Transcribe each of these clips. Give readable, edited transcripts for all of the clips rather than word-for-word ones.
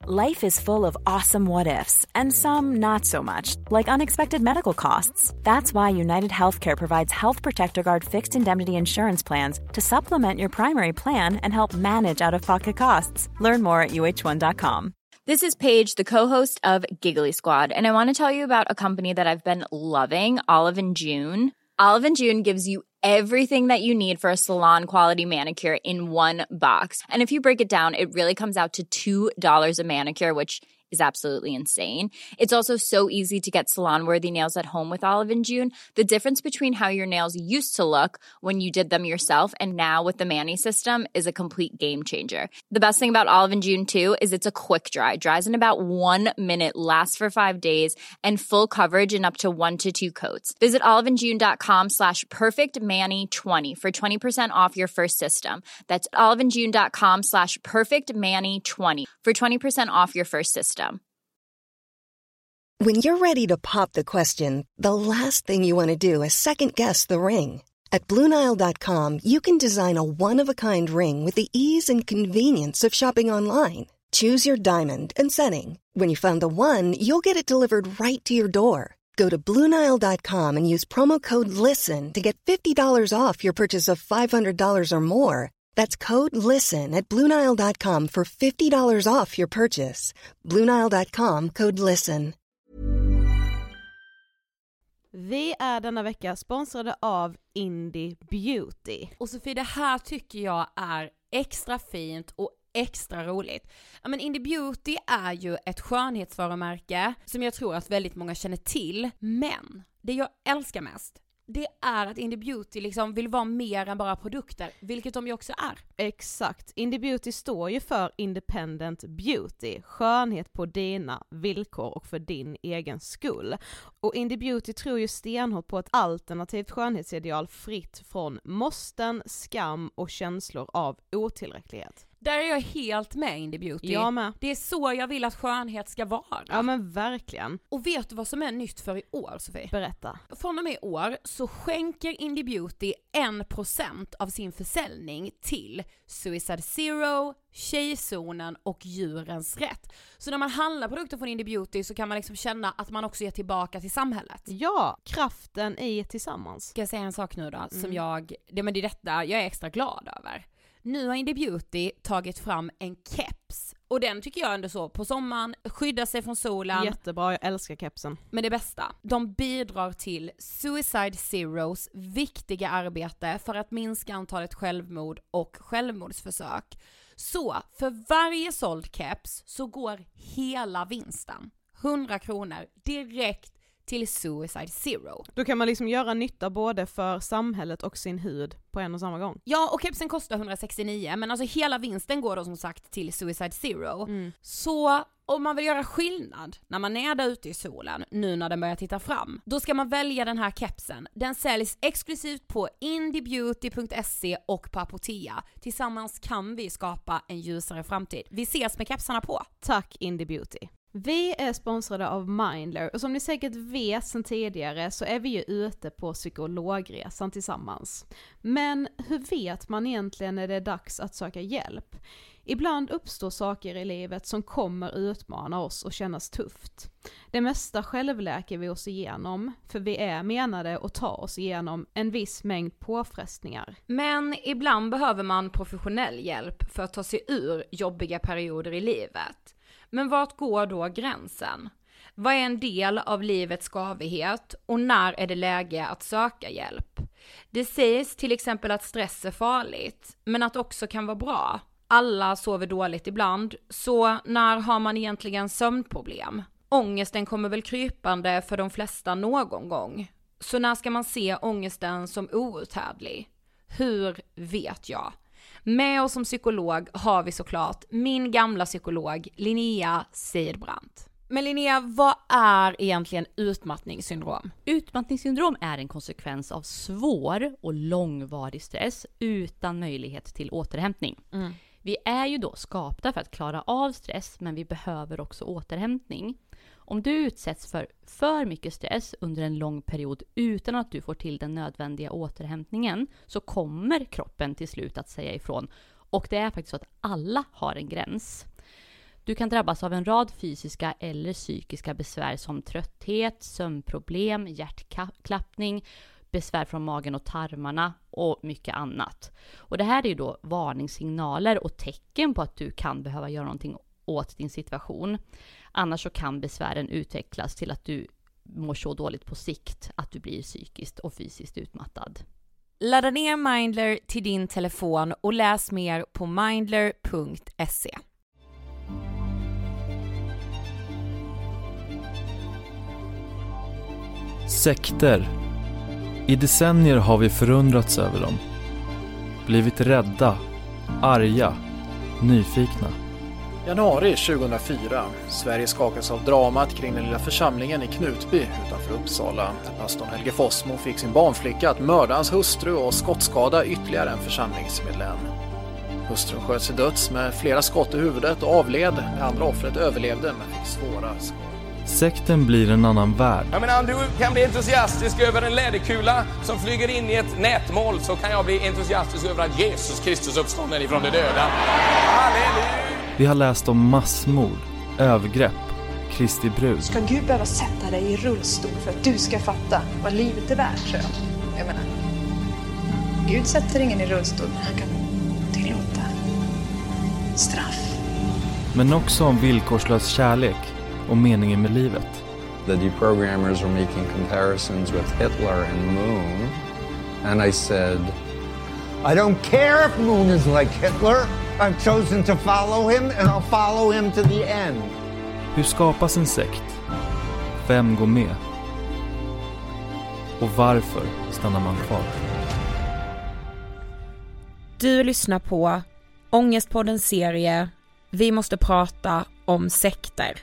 Life is full of awesome what-ifs, and some not so much, like unexpected medical costs. That's why United Healthcare provides Health Protector Guard fixed indemnity insurance plans to supplement your primary plan and help manage out-of-pocket costs. Learn more at uh1.com. This is Paige, the co-host of Giggly Squad, and I want to tell you about a company that I've been loving, Olive & June. Olive & June gives you everything that you need for a salon-quality manicure in one box. And if you break it down, it really comes out to $2 a manicure, which is absolutely insane. It's also so easy to get salon-worthy nails at home with Olive & June. The difference between how your nails used to look when you did them yourself and now with the Mani system is a complete game changer. The best thing about Olive & June, too, is it's a quick dry. Dries in about 1 minute, lasts for 5 days, and full coverage in up to 1 to 2 coats. Visit oliveandjune.com/perfectmani20 for 20% off your first system. That's oliveandjune.com/perfectmani20 for 20% off your first system. When you're ready to pop the question, the last thing you want to do is second-guess the ring. At BlueNile.com, you can design a one-of-a-kind ring with the ease and convenience of shopping online. Choose your diamond and setting. When you find the one, you'll get it delivered right to your door. Go to BlueNile.com and use promo code LISTEN to get $50 off your purchase of $500 or more. That's code LISTEN at BlueNile.com for $50 off your purchase. BlueNile.com, code LISTEN. Vi är denna vecka sponsrade av Indie Beauty. Och Sofie, det här tycker jag är extra fint och extra roligt. Ja, men Indie Beauty är ju ett skönhetsvarumärke som jag tror att väldigt många känner till. Men det jag älskar mest, det är att Indie Beauty liksom vill vara mer än bara produkter, vilket de ju också är. Exakt. Indie Beauty står ju för Independent Beauty, skönhet på dina villkor och för din egen skull. Och Indie Beauty tror ju stenhårt på ett alternativt skönhetsideal fritt från måsten, skam och känslor av otillräcklighet. Där är jag helt med Indie Beauty. Jag med. Det är så jag vill att skönhet ska vara. Ja men verkligen. Och vet du vad som är nytt för i år, Sofie? Berätta. Från och med i år så skänker Indie Beauty 1% av sin försäljning till Suicide Zero, Tjejzonen och Djurens Rätt. Så när man handlar produkter från Indie Beauty så kan man liksom känna att man också ger tillbaka till samhället. Ja, kraften i tillsammans. Ska jag säga en sak nu då? Som det är detta jag är extra glad över. Nu har Indie Beauty tagit fram en keps. Och den tycker jag ändå så på sommaren, skydda sig från solen. Jättebra, jag älskar kepsen. Men det bästa, de bidrar till Suicide Zeros viktiga arbete för att minska antalet självmord och självmordsförsök. Så för varje såld keps så går hela vinsten, 100 kronor, direkt till Suicide Zero. Då kan man liksom göra nytta både för samhället och sin hud på en och samma gång. Ja, och kepsen kostar 169, men alltså hela vinsten går då som sagt till Suicide Zero. Så om man vill göra skillnad när man är där ute i solen, nu när den börjar titta fram, då ska man välja den här kepsen. Den säljs exklusivt på indiebeauty.se och på Apotea. Tillsammans kan vi skapa en ljusare framtid. Vi ses med kepsarna på. Tack Indie Beauty. Vi är sponsrade av Mindler och som ni säkert vet sedan tidigare så är vi ju ute på psykologresan tillsammans. Men hur vet man egentligen när det är dags att söka hjälp? Ibland uppstår saker i livet som kommer utmana oss och kännas tufft. Det mesta självläker vi oss igenom, för vi är menade att ta oss igenom en viss mängd påfrestningar. Men ibland behöver man professionell hjälp för att ta sig ur jobbiga perioder i livet. Men vart går då gränsen? Vad är en del av livets skavighet och när är det läge att söka hjälp? Det sägs till exempel att stress är farligt, men att också kan vara bra. Alla sover dåligt ibland, så när har man egentligen sömnproblem? Ångesten kommer väl krypande för de flesta någon gång. Så när ska man se ångesten som outhärdlig? Hur vet jag? Med oss som psykolog har vi såklart min gamla psykolog Linnea Seidbrant. Men Linnea, vad är egentligen utmattningssyndrom? Utmattningssyndrom är en konsekvens av svår och långvarig stress utan möjlighet till återhämtning. Vi är ju då skapta för att klara av stress, men vi behöver också återhämtning. Om du utsätts för mycket stress under en lång period utan att du får till den nödvändiga återhämtningen, så kommer kroppen till slut att säga ifrån. Och det är faktiskt så att alla har en gräns. Du kan drabbas av en rad fysiska eller psykiska besvär som trötthet, sömnproblem, hjärtklappning, besvär från magen och tarmarna och mycket annat. Och det här är ju då varningssignaler och tecken på att du kan behöva göra någonting åt din situation. Annars så kan besvären utvecklas till att du mår så dåligt på sikt att du blir psykiskt och fysiskt utmattad. Ladda ner Mindler till din telefon och läs mer på mindler.se. Sekter. I decennier har vi förundrats över dem. Blivit rädda, arga, nyfikna. Januari 2004. Sverige skakas av dramat kring den lilla församlingen i Knutby utanför Uppsala. Pastorn Helge Fossmo fick sin barnflicka att mörda hans hustru och skottskada ytterligare en församlingsmedlem. Hustrun sköts till döds med flera skott i huvudet och avled. Det andra offret överlevde men fick svåra skador. Sekten blir en annan värld. Jag menar, om du kan bli entusiastisk över en läderkula som flyger in i ett nätmål, så kan jag bli entusiastisk över att Jesus Kristus uppstånden ifrån de döda. Halleluja! Vi har läst om massmord, övergrepp, Kristi brud. Ska Gud behöva sätta dig i rullstol för att du ska fatta vad livet är värt, tror jag. Jag menar, Gud sätter ingen i rullstol, men han kan tillåta straff. Men också om villkorslös kärlek och meningen med livet. The deprogrammers were making comparisons with Hitler and Moon. And I said, I don't care if Moon is like Hitler. I've chosen to follow him and I'll follow him to the end. Hur skapas en sekt? Vem går med? Och varför stannar man kvar? Du lyssnar på Ångestpoddens serie Vi måste prata om sekter.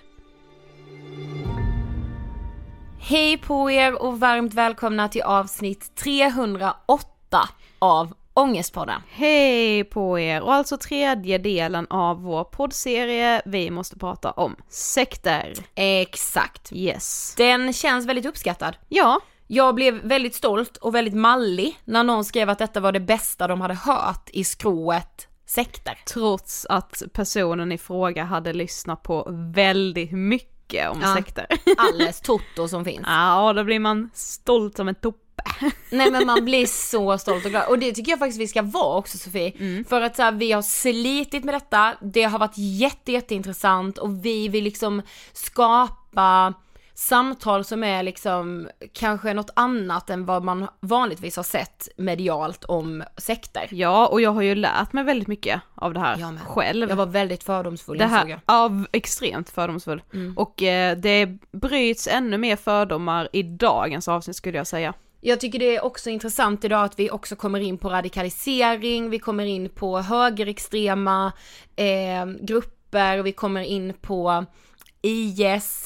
Hej på er och varmt välkomna till avsnitt 308 av Ångestpodden. Hej på er, och alltså tredje delen av vår poddserie Vi måste prata om sekter. Exakt. Yes. Den känns väldigt uppskattad. Ja. Jag blev väldigt stolt och väldigt mallig när någon skrev att detta var det bästa de hade hört i skrået sekter. Trots att personen i fråga hade lyssnat på väldigt mycket om sekter. Alldeles toto som finns. Ja, då blir man stolt som en toppe. Nej, men man blir så stolt och glad. Och det tycker jag faktiskt vi ska vara också, Sofie. För att så här, vi har slitit med detta. Det har varit jätteintressant. Och vi vill liksom skapa samtal som är liksom kanske något annat än vad man vanligtvis har sett medialt om sekter. Ja, och jag har ju lärt mig väldigt mycket av det här själv. Jag var väldigt fördomsfull. Det här, extremt fördomsfull. Och det bryts ännu mer fördomar i dagens avsnitt, skulle jag säga. Jag tycker det är också intressant idag att vi också kommer in på radikalisering, vi kommer in på högerextrema grupper, vi kommer in på IS,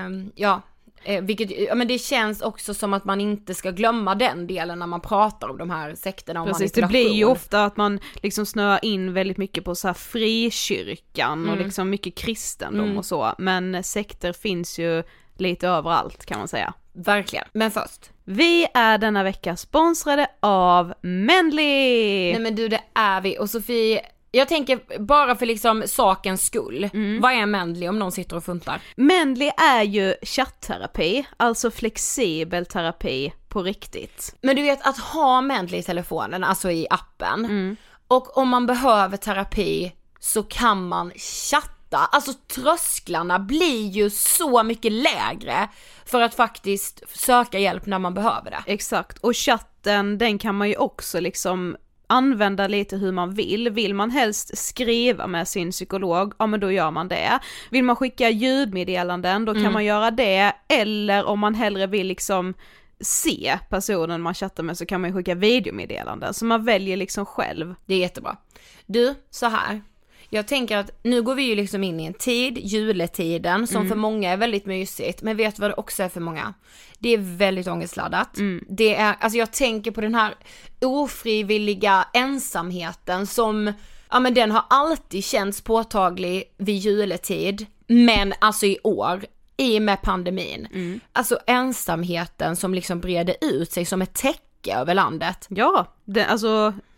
men det känns också som att man inte ska glömma den delen när man pratar om de här sekterna. Precis, det blir ju ofta att man liksom snöar in väldigt mycket på så här frikyrkan och liksom mycket kristendom och så, men sekter finns ju lite överallt, kan man säga. Verkligen, men först. Vi är denna vecka sponsrade av Mendly! Nej men du, det är vi. Och Sofie, jag tänker bara för liksom sakens skull. Vad är Mendly om någon sitter och funtar? Mendly är ju chattterapi, alltså flexibel terapi på riktigt. Men du vet, att ha Mendly i telefonen, alltså i appen. Och om man behöver terapi så kan man chatta. Alltså trösklarna blir ju så mycket lägre för att faktiskt söka hjälp när man behöver det. Exakt, och chatten, den kan man ju också liksom använda lite hur man vill. Vill man helst skriva med sin psykolog, ja men då gör man det. Vill man skicka ljudmeddelanden, då kan man göra det. Eller om man hellre vill liksom se personen man chattar med, så kan man skicka videomeddelanden. Så man väljer liksom själv. Det är jättebra. Du, så här. Jag tänker att nu går vi ju liksom in i en tid, juletiden, som för många är väldigt mysigt. Men vet vad det också är för många? Det är väldigt ångestladdat. Det är, alltså jag tänker på den här ofrivilliga ensamheten som, ja men den har alltid känts påtaglig vid juletid. Men alltså i år, i och med pandemin. Alltså ensamheten som liksom breder ut sig som ett täcke över landet. Ja, alltså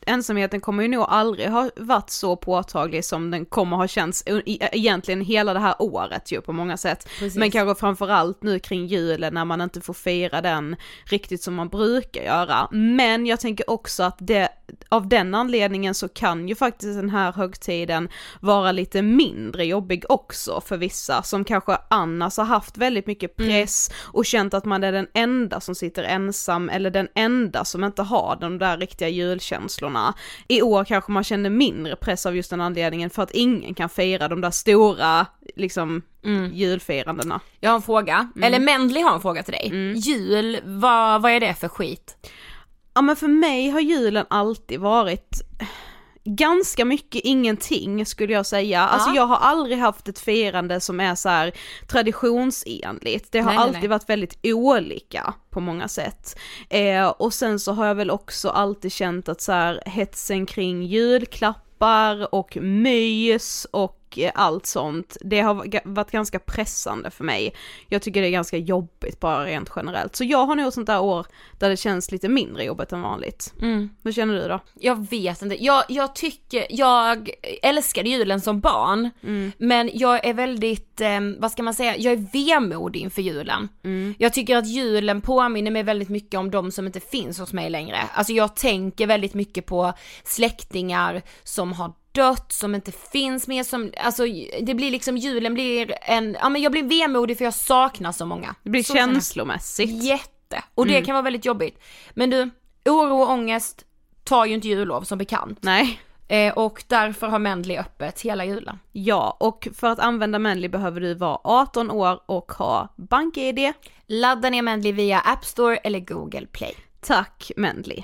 ensamheten kommer ju nog aldrig ha varit så påtaglig som den kommer ha känts egentligen hela det här året ju på många sätt. Precis. Men kanske framförallt nu kring julen när man inte får fira den riktigt som man brukar göra. Men jag tänker också att av den anledningen så kan ju faktiskt den här högtiden vara lite mindre jobbig också för vissa som kanske annars har haft väldigt mycket press och känt att man är den enda som sitter ensam eller den enda som inte har de där riktiga julkänslorna. I år kanske man känner mindre press av just den anledningen för att ingen kan fira de där stora liksom julfirandena. Jag har en fråga, eller Mendley har en fråga till dig. Jul, vad är det för skit? Ja, men för mig har julen alltid varit ganska mycket ingenting skulle jag säga. Alltså jag har aldrig haft ett firande som är så här traditionsenligt. Det har alltid varit väldigt olika på många sätt. Och sen så har jag väl också alltid känt att så här hetsen kring julklappar och mys och allt sånt, det har varit ganska pressande för mig. Jag tycker det är ganska jobbigt bara rent generellt. Så jag har nog sånt där år där det känns lite mindre jobbigt än vanligt. Vad känner du då? Jag vet inte. Jag älskade julen som barn, men jag är väldigt, vad ska man säga, jag är vemodig inför julen. Jag tycker att julen påminner mig väldigt mycket om de som inte finns hos mig längre. Alltså jag tänker väldigt mycket på släktingar som har dött, som inte finns med, som, alltså det blir liksom, julen blir men jag blir vemodig för jag saknar så många. Det blir så känslomässigt. Jätte. Och det kan vara väldigt jobbigt. Men du, oro och ångest tar ju inte jullov som bekant. Nej. Och därför har Mendley öppet hela julen. Ja, och för att använda Mendley behöver du vara 18 år och ha BankID. Ladda ner Mendley via App Store eller Google Play. Tack Mendley.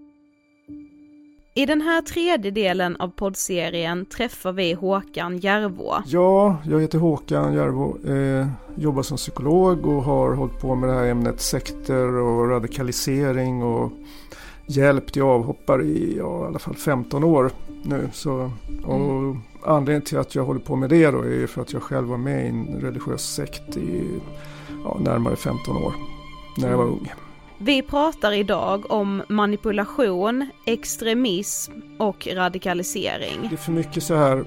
I den här tredje delen av poddserien träffar vi Håkan Järvå. Ja, jag heter Håkan Järvå, jobbar som psykolog och har hållit på med det här ämnet sekter och radikalisering och hjälpt avhoppare i alla fall 15 år nu. Så, och anledningen till att jag håller på med det då är för att jag själv var med i en religiös sekt i närmare 15 år när jag var ung. Vi pratar idag om manipulation, extremism och radikalisering. Det är för mycket så här,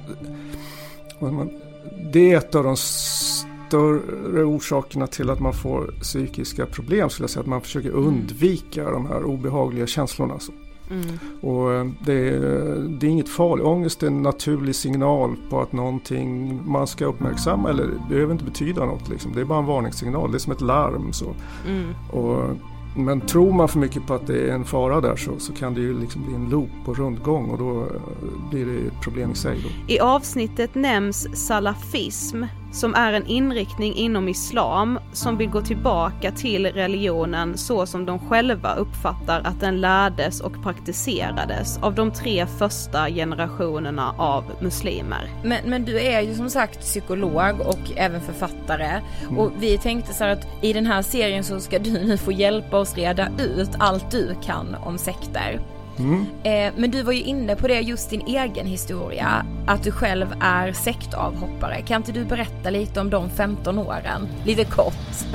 det är ett av de större orsakerna till att man får psykiska problem, skulle jag säga, att man försöker undvika de här obehagliga känslorna. Och det är inget farligt. Ångest är en naturlig signal på att någonting man ska uppmärksamma, eller det behöver inte betyda något liksom. Det är bara en varningssignal, det är som ett larm så. Men tror man för mycket på att det är en fara där så kan det ju liksom bli en loop och rundgång och då blir det ett problem i sig då. I avsnittet nämns salafism som är en inriktning inom islam som vill gå tillbaka till religionen så som de själva uppfattar att den lärdes och praktiserades av de 3 första generationerna av muslimer. Men du är ju som sagt psykolog och även författare och vi tänkte så här att i den här serien så ska du nu få hjälpa oss reda ut allt du kan om sekter. Men du var ju inne på det just din egen historia, att du själv är sektavhoppare. Kan inte du berätta lite om de 15 åren? Lite kort.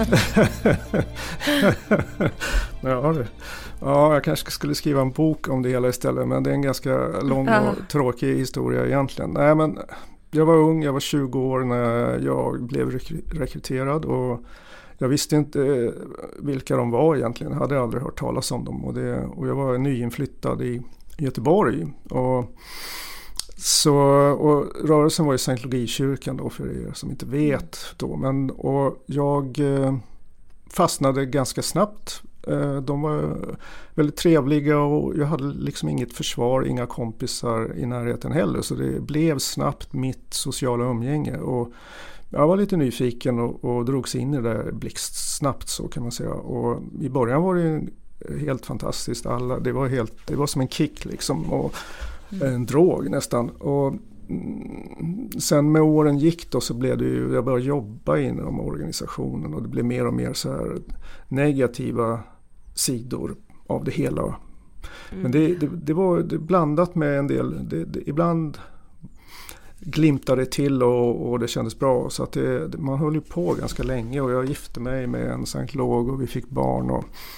Ja, jag kanske skulle skriva en bok om det hela istället, men det är en ganska lång och tråkig historia egentligen. Nej, men jag var ung, jag var 20 år när jag blev rekryterad och jag visste inte vilka de var egentligen. Jag hade aldrig hört talas om dem. Och jag var nyinflyttad i Göteborg. Och rörelsen var i Scientologikyrkan då, för er som inte vet. Och jag fastnade ganska snabbt. De var väldigt trevliga och jag hade liksom inget försvar, inga kompisar i närheten heller. Så det blev snabbt mitt sociala umgänge. Och jag var lite nyfiken och drogs in i det där blixtsnabbt så kan man säga. Och i början var det helt fantastiskt. Det var som en kick liksom och en drog nästan. Och sen med åren gick då så blev det ju, jag började jobba inom organisationen och det blev mer och mer så här negativa sidor av det hela. Men det var blandat med en del, ibland glimtade till och det kändes bra så att man höll ju på ganska länge och jag gifte mig med en scientolog och vi fick barn och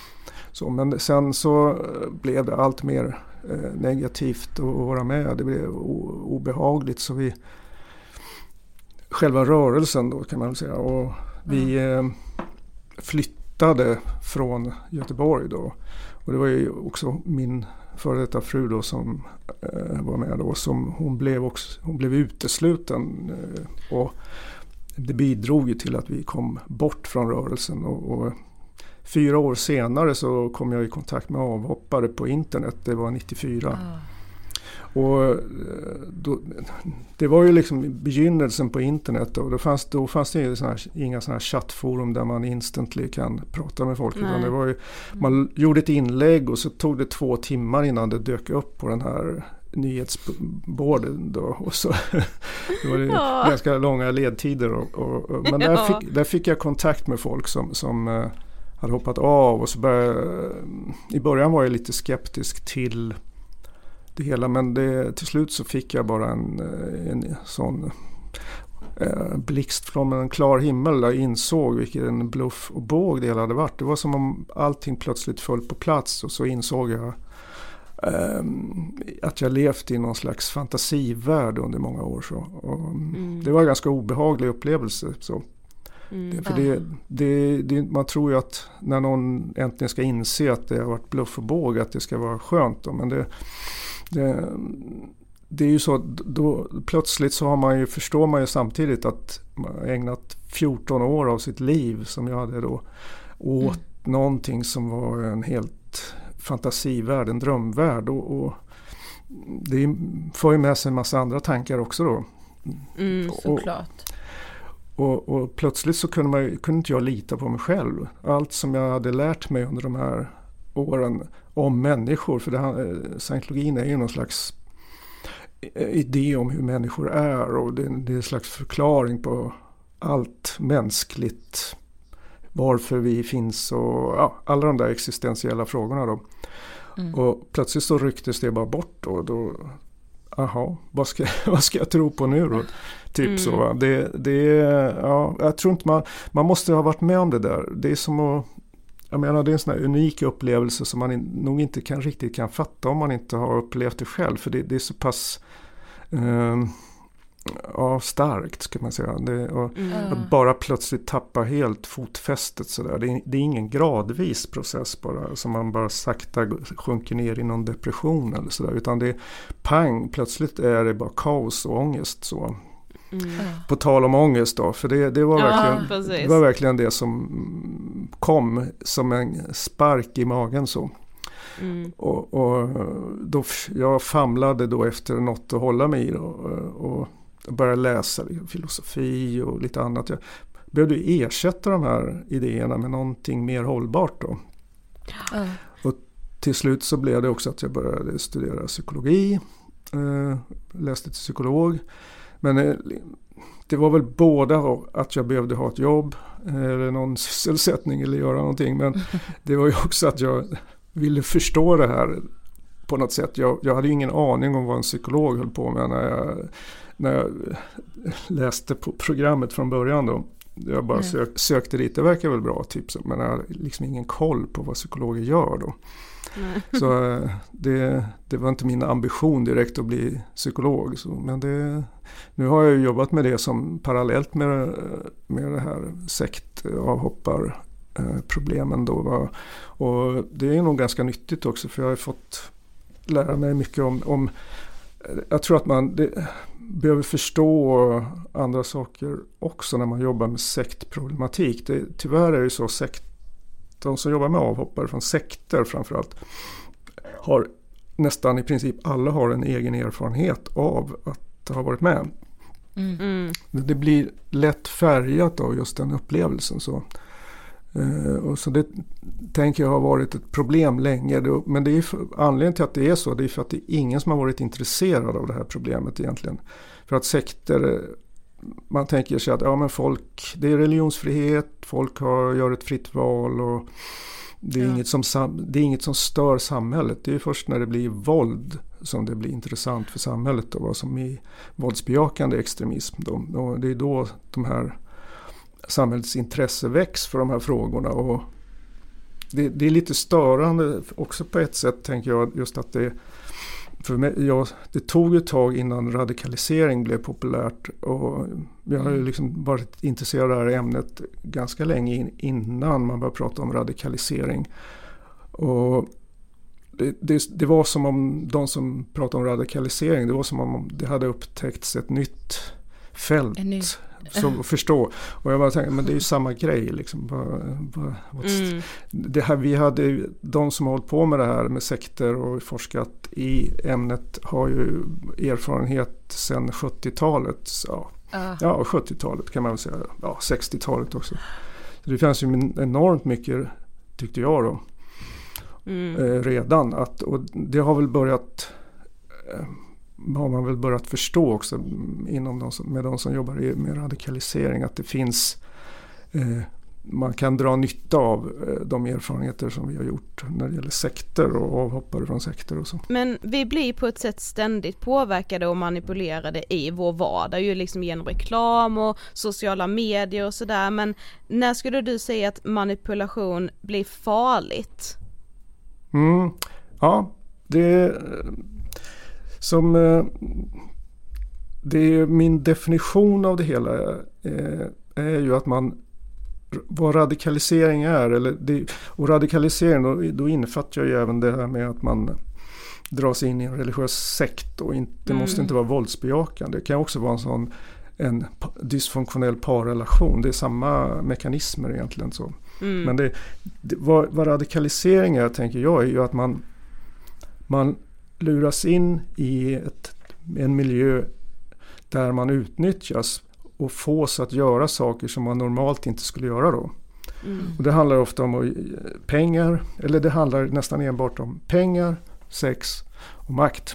Så, men sen så blev det allt mer negativt att vara med. Det blev obehagligt, så själva rörelsen då kan man väl säga, och vi flyttade från Göteborg då, och det var ju också min före detta fru då som var med då, som hon blev utesluten, och det bidrog ju till att vi kom bort från rörelsen, och 4 år senare så kom jag i kontakt med avhoppare på internet. Det var 94. Och det var ju liksom begynnelsen på internet, och då fanns det ju inga sådana här chattforum där man instantly kan prata med folk. Utan det var ju, man gjorde ett inlägg och så tog det 2 timmar innan det dök upp på den här nyhetsborden då, och så det var det ganska långa ledtider, men där fick jag kontakt med folk som hade hoppat av, och så i början var jag lite skeptisk till det hela, men till slut så fick jag bara en sån blixt från en klar himmel. Jag insåg vilken bluff och båg det hela hade varit. Det var som om allting plötsligt föll på plats, och så insåg jag att jag levt i någon slags fantasivärld under många år. Så. Det var en ganska obehaglig upplevelse. Så. För man tror ju att när någon äntligen ska inse att det har varit bluff och båg, att det ska vara skönt då, men det är ju så, då plötsligt så förstår man ju samtidigt att man har ägnat 14 år av sitt liv, som jag hade då, åt någonting som var en helt fantasivärld, en drömvärld, och det får ju med sig en massa andra tankar också då. Såklart. Och plötsligt så kunde inte jag lita på mig själv. Allt som jag hade lärt mig under de här åren om människor, för scientologin är ju någon slags idé om hur människor är, och det är en slags förklaring på allt mänskligt, varför vi finns, och alla de där existentiella frågorna då. Och plötsligt så rycktes det bara bort, och då vad ska jag tro på nu då? Typ så. Jag tror inte man måste ha varit med om det där. Det är som att, jag menar, det är en sån här unik upplevelse som man nog inte riktigt kan fatta om man inte har upplevt det själv, för det är så pass starkt, ska man säga. Att bara plötsligt tappa helt fotfästet sådär. Det är ingen gradvis process bara, som man bara sakta sjunker ner i någon depression eller sådär, utan det är pang, plötsligt är det bara kaos och ångest så. På tal om ångest då, för det var verkligen det som kom som en spark i magen så. Och då jag famlade då efter något att hålla mig i då, och började läsa filosofi och lite annat. Jag behövde ersätta de här idéerna med någonting mer hållbart då. Och till slut så blev det också att jag började studera psykologi, läste till psykolog. Men det var väl båda att jag behövde ha ett jobb eller någon sysselsättning eller göra någonting. Men det var ju också att jag ville förstå det här på något sätt. Jag hade ju ingen aning om vad en psykolog höll på med när jag läste på programmet från början då. Jag bara sökte dit, det verkar väl bra typ så, men jag hade liksom ingen koll på vad psykologer gör då. Så det var inte min ambition direkt att bli psykolog. Så, men nu har jag jobbat med det som parallellt med det här sektavhopparproblemen då. Och det är nog ganska nyttigt också, för jag har fått lära mig mycket om jag tror att man behöver förstå andra saker också när man jobbar med sektproblematik. Tyvärr är det ju så, de som jobbar med avhoppare från sekter framförallt har nästan i princip alla har en egen erfarenhet av att ha varit med. Det blir lätt färgat av just den upplevelsen så. Och så det tänker jag har varit ett problem länge, men det är anledningen till att det är så, det är för att det är ingen som har varit intresserad av det här problemet egentligen. För att sekter, man tänker sig att men folk, det är religionsfrihet, folk gör ett fritt val och det är inget som stör samhället. Det är först när det blir våld som det blir intressant för samhället, och vad som är våldsbejakande extremism då. Och det är då de här samhällets intresse väcks för de här frågorna, och det är lite störande också på ett sätt, tänker jag, just att det för mig, det tog ett tag innan radikalisering blev populärt, och jag har ju liksom varit intresserad av det här ämnet ganska länge innan man började prata om radikalisering. Och det var som om de som pratade om radikalisering, det var som om det hade upptäckts ett nytt fält som att förstå. Och jag bara tänkte, men det är ju samma grej liksom. Det här, vi hade de som har hållit på med det här med sekter och forskat i ämnet har ju erfarenhet sedan 70-talet. Ja, 70-talet kan man väl säga. Ja, 60-talet också. Så det fanns ju enormt mycket, tyckte jag då. Redan. Och det har väl börjat... har man väl börjat förstå också med de som jobbar med radikalisering, att det finns man kan dra nytta av de erfarenheter som vi har gjort när det gäller sekter och avhoppare från sekter och så. Men vi blir på ett sätt ständigt påverkade och manipulerade i vår vardag, ju liksom genom reklam och sociala medier och sådär. Men när skulle du säga att manipulation blir farligt? Ja, det är min definition av det hela är ju att vad radikalisering är, och radikalisering då innefattar ju även det här med att man dras in i en religiös sekt och det måste inte vara våldsbejakande. Det kan också vara en dysfunktionell parrelation. Det är samma mekanismer egentligen så. Men vad radikalisering är, tänker jag, är ju att man luras in i en miljö där man utnyttjas och fås att göra saker som man normalt inte skulle göra då. Och det handlar ofta om pengar, eller det handlar nästan enbart om pengar, sex och makt.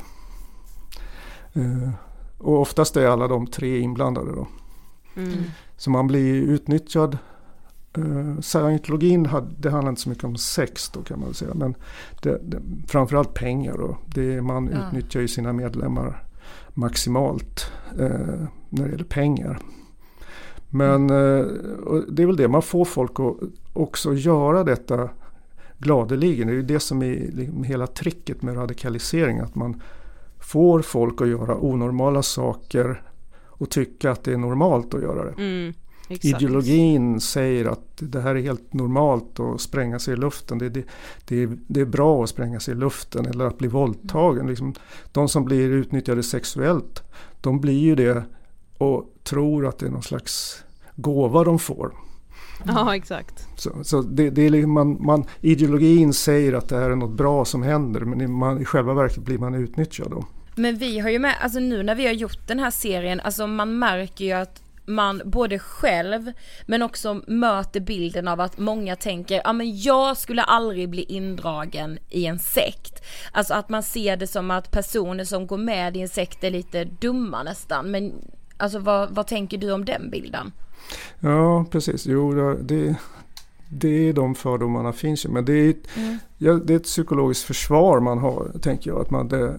Och oftast är alla de tre inblandade då. Så man blir utnyttjad. Scientologin det handlar inte så mycket om sex då, kan man säga, men framförallt pengar då. Man utnyttjar ju sina medlemmar maximalt när det gäller pengar. Men det är väl det, man får folk att också göra detta gladeligen. Det är ju det som är hela tricket med radikalisering, att man får folk att göra onormala saker och tycka att det är normalt att göra det. Exakt. Ideologin säger att det här är helt normalt att spränga sig i luften. Det är bra att spränga sig i luften eller att bli våldtagen. Liksom, de som blir utnyttjade sexuellt, de blir ju det och tror att det är någon slags gåva de får. Ja, exakt. Så det är liksom ideologin säger att det här är något bra som händer, men i själva verket blir man utnyttjad då. Men vi har ju med, alltså nu när vi har gjort den här serien, alltså man märker ju att man både själv men också möter bilden av att många tänker, men jag skulle aldrig bli indragen i en sekt. Alltså att man ser det som att personer som går med i en sekt är lite dumma nästan. Men alltså vad tänker du om den bilden? Ja, precis. Jo, det är de fördomarna finns ju. Men det är ett psykologiskt försvar man har, tänker jag. Att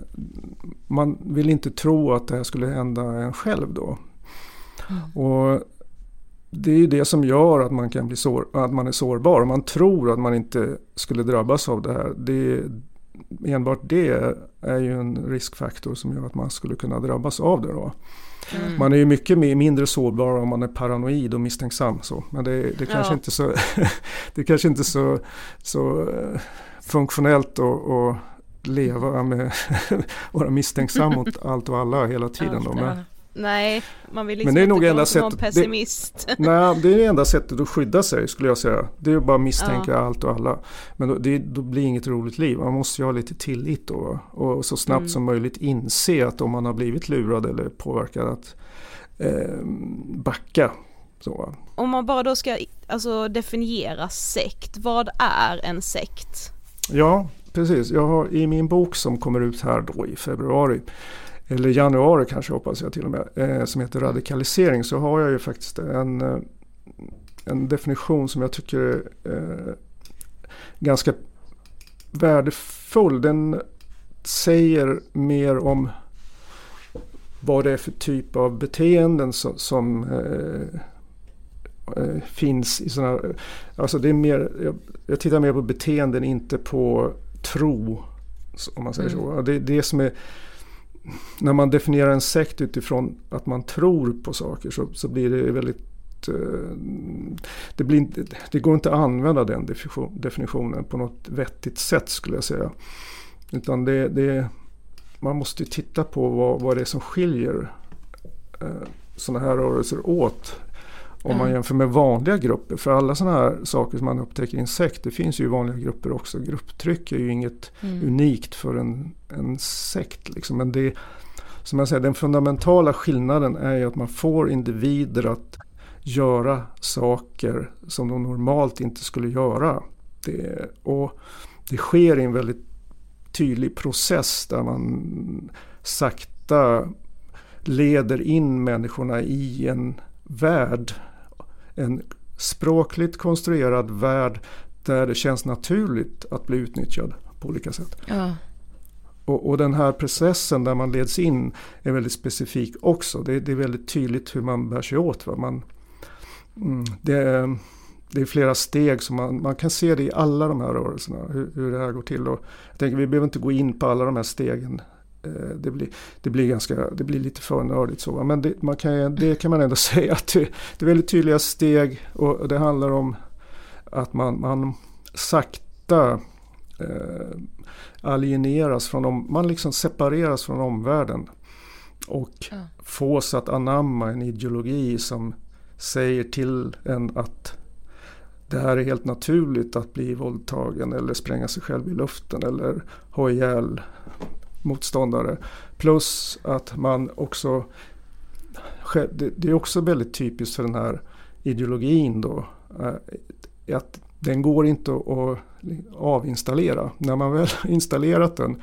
man vill inte tro att det här skulle hända en själv då. Och det är ju det som gör att man kan bli att man är sårbar. Man tror att man inte skulle drabbas av det här. Enbart det är ju en riskfaktor som gör att man skulle kunna drabbas av det då. Man är ju mycket mindre sårbar om man är paranoid och misstänksam så. Men det kanske inte så det kanske inte så funktionellt att leva med vara misstänksam mot allt och alla hela tiden då. Men nej, man vill liksom men det är nog inte enda någon pessimist. Nej, det är det enda sättet att skydda sig, skulle jag säga. Det är bara att misstänka allt och alla. Men då blir det inget roligt liv. Man måste ju ha lite tillit då. Och så snabbt som möjligt inse att om man har blivit lurad eller påverkad att backa. Så. Om man bara då ska definiera sekt, vad är en sekt? Ja, precis. Jag har i min bok som kommer ut här då i februari eller januari kanske, hoppas jag till och med, som heter Radikalisering, så har jag ju faktiskt en definition som jag tycker är ganska värdefull. Den säger mer om vad det är för typ av beteenden som finns i sådana, alltså det är mer, jag tittar mer på beteenden, inte på tro, om man säger så. Det är det som är, när man definierar en sekt utifrån att man tror på saker, så blir det väldigt, det går inte att använda den definitionen på något vettigt sätt, skulle jag säga. Utan man måste titta på vad det är som skiljer sådana här rörelser åt. Om man jämför med vanliga grupper. För alla sådana här saker som man upptäcker i en sekt, det finns ju i vanliga grupper också. Grupptryck är ju inget unikt för en sekt. Liksom. Men det, som jag säger, den fundamentala skillnaden är ju att man får individer att göra saker som de normalt inte skulle göra. Och det sker i en väldigt tydlig process där man sakta leder in människorna i en värld, en språkligt konstruerad värld där det känns naturligt att bli utnyttjad på olika sätt. Ja. Och den här processen där man leds in är väldigt specifik också. Det är väldigt tydligt hur man bär sig åt. Det är flera steg som man kan se det i alla de här rörelserna, hur det här går till. Och jag tänker, vi behöver inte gå in på alla de här stegen. Det blir lite för nördigt så. Men det kan man ändå säga att det är väldigt tydliga steg, och det handlar om att man sakta alieneras man liksom separeras från omvärlden och fås att anamma en ideologi som säger till en att det här är helt naturligt att bli våldtagen eller spränga sig själv i luften eller ha ihjäl motståndare. Plus att man också, det är också väldigt typiskt för den här ideologin då, att den går inte att avinstallera. När man väl har installerat den,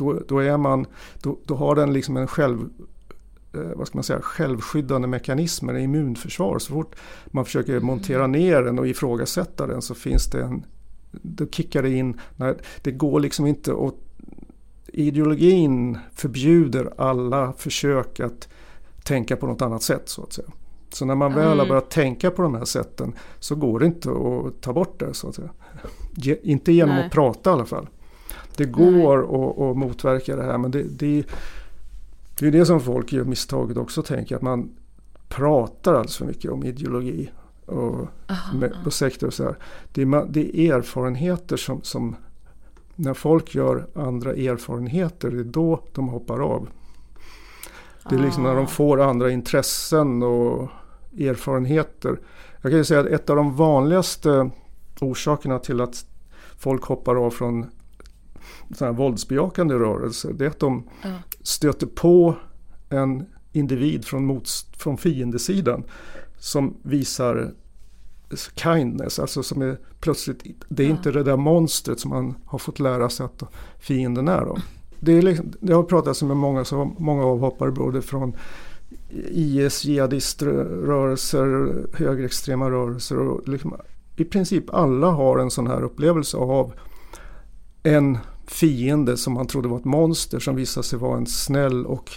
då har den liksom en självskyddande mekanismer, en immunförsvar. Så fort man försöker montera ner den och ifrågasätta den, så finns det då kickar det in. Det går liksom inte att, ideologin förbjuder alla försök att tänka på något annat sätt, så att säga. Så när man väl har börjat tänka på de här sätten, så går det inte att ta bort det, så att säga. Inte genom att prata i alla fall. Det går att motverka det här, men det är det som folk gör misstaget också, tänker att man pratar alldeles för mycket om ideologi och på sektor och så här. Det är erfarenheter som när folk gör andra erfarenheter, det är då de hoppar av. Det är liksom när de får andra intressen och erfarenheter. Jag kan ju säga att ett av de vanligaste orsakerna till att folk hoppar av från sådana här våldsbejakande rörelser, det är att de stöter på en individ från fiendesidan som visar kindness, alltså som är plötsligt, det är inte det där monstret som man har fått lära sig att fienden är då. Det har pratats med många avhoppare, både från IS, jihadiströrelser, högerextrema rörelser, och liksom, i princip alla har en sån här upplevelse av en fiende som man trodde var ett monster, som visade sig vara en snäll och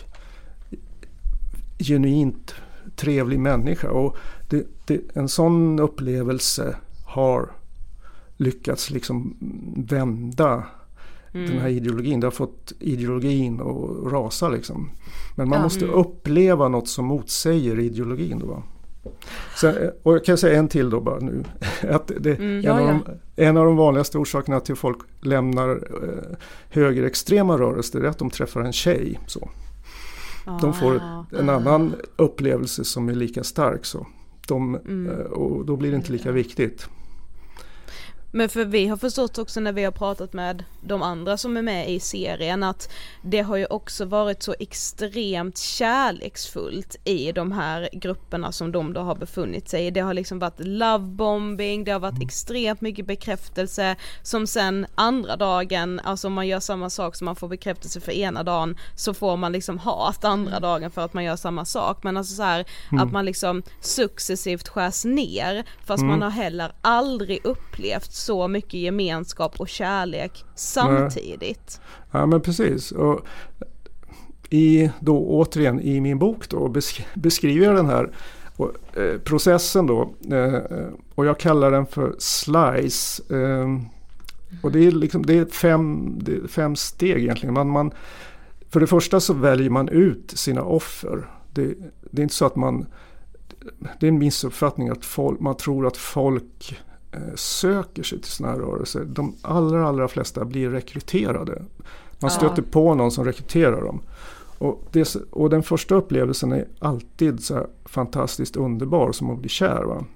genuint trevlig människa. Och en sån upplevelse har lyckats liksom vända den här ideologin. Det har fått ideologin att rasa liksom. Men man måste uppleva något som motsäger ideologin då, va? Sen, och jag kan säga en till då bara nu. Att en av de vanligaste orsakerna till att folk lämnar högerextrema rörelser är att de träffar en tjej. Så. De får en annan upplevelse som är lika stark. Så. Och då blir det inte lika viktigt. Men för vi har förstått också när vi har pratat med de andra som är med i serien, att det har ju också varit så extremt kärleksfullt i de här grupperna som de då har befunnit sig i. Det har liksom varit lovebombing, det har varit extremt mycket bekräftelse, som sen andra dagen, alltså om man gör samma sak som man får bekräftelse för ena dagen, så får man liksom hat andra dagen för att man gör samma sak. Men alltså så här, att man liksom successivt skärs ner, fast man har heller aldrig upplevt så mycket gemenskap och kärlek samtidigt. Ja, men precis. Och återigen i min bok då beskriver jag den här Och, processen då, och jag kallar den för slice. Och det är, liksom, det är 5 steg egentligen. Man, för det första så väljer man ut sina offer. Det är inte så att det är en missuppfattning att man tror att folk söker sig till såna här rörelser. De allra flesta blir rekryterade. Man stöter på någon som rekryterar dem. Och den första upplevelsen är alltid så här fantastiskt underbar, som att bli kär. Va?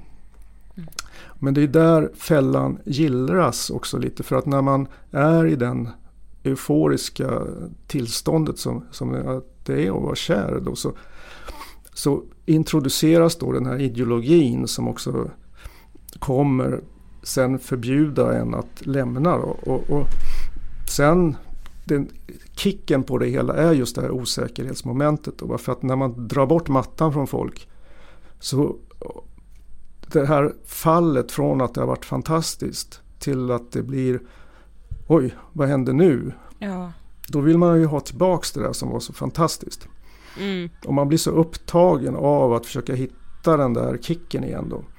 Men det är där fällan gillras också lite, för att när man är i den euforiska tillståndet som det är att vara kär då, så introduceras då den här ideologin som också kommer sen förbjuda en att lämna då. Och sen kicken på det hela är just det här osäkerhetsmomentet då, för att när man drar bort mattan från folk, så det här fallet från att det har varit fantastiskt till att det blir oj, vad händer nu? Ja. Då vill man ju ha tillbaks det där som var så fantastiskt. Och man blir så upptagen av att försöka hitta den där kicken igen då.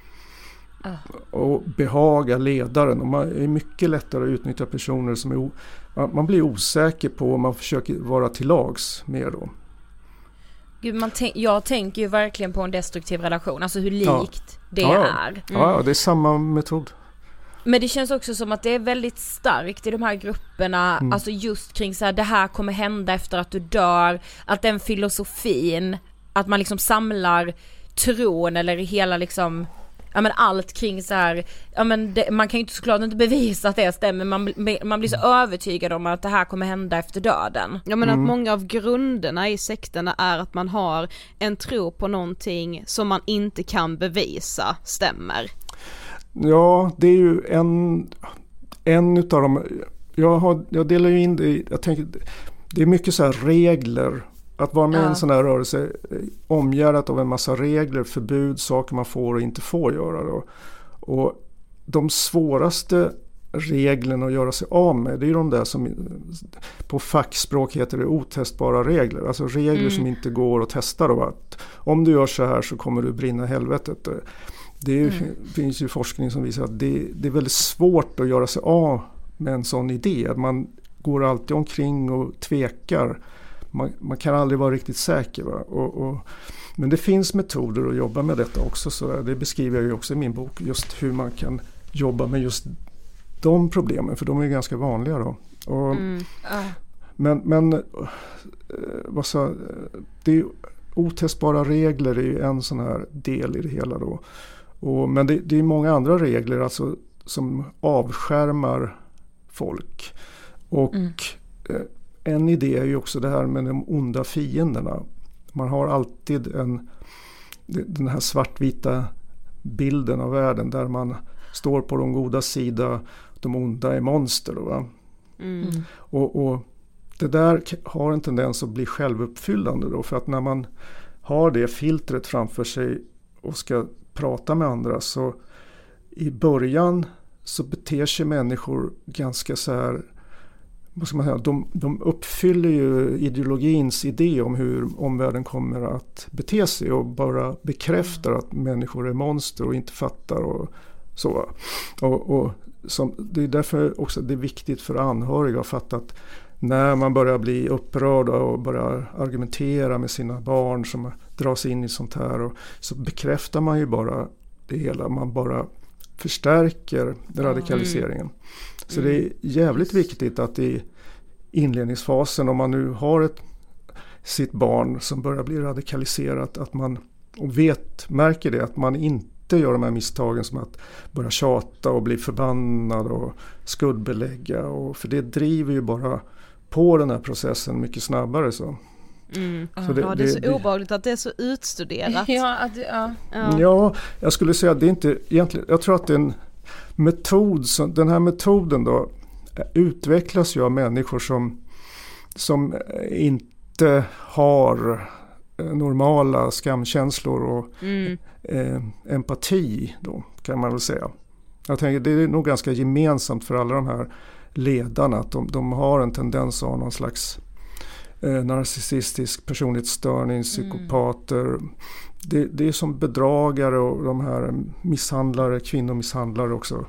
Och behaga ledaren. Och man är mycket lättare att utnyttja personer som man blir osäker på, och man försöker vara till lags mer då. Gud, jag tänker ju verkligen på en destruktiv relation, alltså hur likt det är. Ja, det är samma metod. Men det känns också som att det är väldigt starkt i de här grupperna, alltså just kring så här, det här kommer hända efter att du dör, att den filosofin, att man liksom samlar tron eller hela liksom, ja men allt kring så här, ja men man kan ju inte såklart inte bevisa att det stämmer, man blir så övertygad om att det här kommer hända efter döden. Ja, men att många av grunderna i sekterna är att man har en tro på någonting som man inte kan bevisa stämmer. Ja, det är ju en utav dem. Jag delar ju in det i, jag tänker, det är mycket så här regler. Att vara med i en sån här rörelse omgärdat av en massa regler, förbud, saker man får och inte får göra då. Och de svåraste reglerna att göra sig av med, det är ju de där som på fackspråk heter det otestbara regler. Alltså regler som inte går att testa då. Att om du gör så här så kommer du brinna i helvetet. Det finns ju forskning som visar att det är väldigt svårt att göra sig av med en sån idé. Att man går alltid omkring och tvekar. Man kan aldrig vara riktigt säker. Va? Men det finns metoder att jobba med detta också. Så det beskriver jag ju också i min bok. Just hur man kan jobba med just de problemen. För de är ganska vanliga då. Men vad sa, det är otestbara regler är ju en sån här del i det hela då. Men det är många andra regler alltså, som avskärmar folk. Och en idé är ju också det här med de onda fienderna. Man har alltid den här svartvita bilden av världen där man står på de goda sida, de onda är monster då, va? Och det där har en tendens att bli självuppfyllande då, för att när man har det filtret framför sig och ska prata med andra, så i början så beter sig människor ganska så här, vad ska man säga, de uppfyller ju ideologins idé om hur omvärlden kommer att bete sig och bara bekräftar att människor är monster och inte fattar och så. Och det är därför också det är viktigt för anhöriga att fatta att när man börjar bli upprörd och börjar argumentera med sina barn som dras in i sånt här, och så bekräftar man ju bara det hela, man bara förstärker radikaliseringen. Så det är jävligt viktigt att i inledningsfasen, om man nu har sitt barn som börjar bli radikaliserat, att man märker det, att man inte gör de här misstagen som att börja tjata och bli förbannad och skuldbelägga, för det driver ju bara på den här processen mycket snabbare så. Så det är så obehagligt att det är så utstuderat. Ja, jag skulle säga att det är inte egentligen, jag tror att det är en metod, den här metoden då utvecklas ju av människor som inte har normala skamkänslor och empati då, kan man väl säga. Jag tänker det är nog ganska gemensamt för alla de här ledarna att de har en tendens att ha någon slags narcissistisk personlighetsstörning, psykopater. Det är som bedragare och de här misshandlare, kvinnomisshandlare också.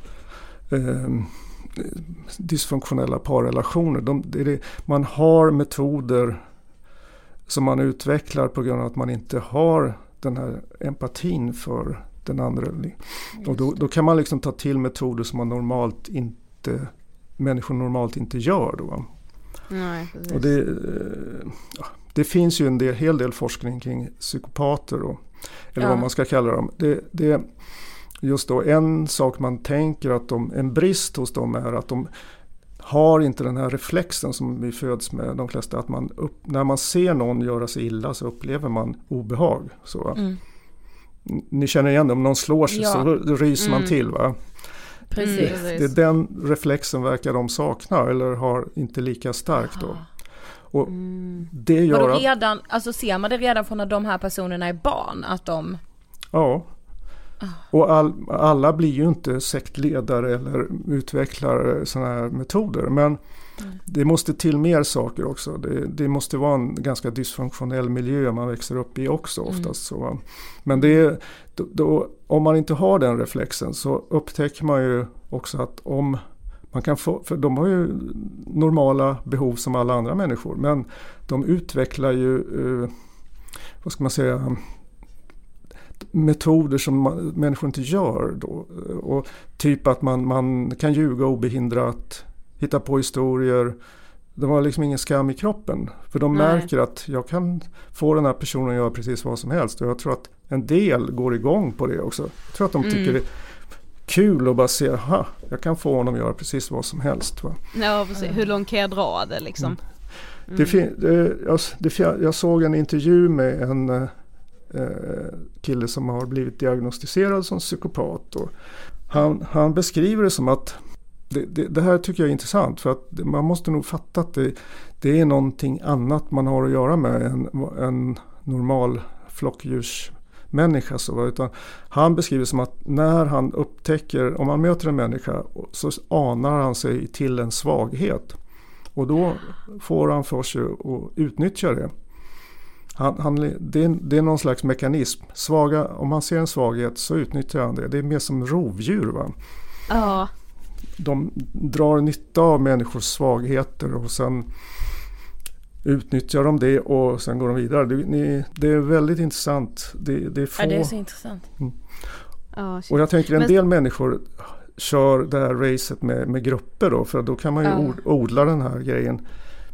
Dysfunktionella parrelationer. Man har metoder som man utvecklar på grund av att man inte har den här empatin för den andra. Och då kan man liksom ta till metoder som människor normalt inte gör då. Nej, precis. Och det finns ju en hel del forskning kring psykopater då, eller vad man ska kalla dem. Det just då en sak man tänker att en brist hos dem är att de har inte den här reflexen som vi föds med de flesta, att när man ser någon göra sig illa så upplever man obehag. Så. Ni känner igen det, om någon slår sig så ryser man till, va? Precis. Det den reflexen verkar de sakna eller har inte lika stark då. Och det gör alltså ser man det redan från när de här personerna är barn att de... Ja. Och alla blir ju inte sektledare eller utvecklar sådana här metoder, men det måste till mer saker också. Det måste vara en ganska dysfunktionell miljö man växer upp i också oftast. Så. Men om man inte har den reflexen så upptäcker man ju också att om man kan få, för de har ju normala behov som alla andra människor, men de utvecklar ju, vad ska man säga, metoder som människor inte gör då. Och typ att man kan ljuga obehindrat, hitta på historier. De har liksom ingen skam i kroppen. För de märker att jag kan få den här personen att göra precis vad som helst. Och jag tror att en del går igång på det också. Jag tror att de tycker det är kul att bara se, jag kan få honom att göra precis vad som helst. Va? Ja, precis. Hur långt kan jag dra det liksom? Jag såg en intervju med en kille som har blivit diagnostiserad som psykopat. Och han beskriver det som att det här tycker jag är intressant, för att man måste nog fatta att det är någonting annat man har att göra med en normal flockdjursmänniska. Utan han beskriver som att när han upptäcker, om man möter en människa så anar han sig till en svaghet. Och då får han för sig att utnyttja det. Det är någon slags mekanism. Om han ser en svaghet så utnyttjar han det. Det är mer som rovdjur, va? Ja. De drar nytta av människors svagheter och sen utnyttjar de det och sen går de vidare. Det är väldigt intressant. Det är så intressant. Och jag tänker en del människor kör det här racet med grupper då, för då kan man ju odla den här grejen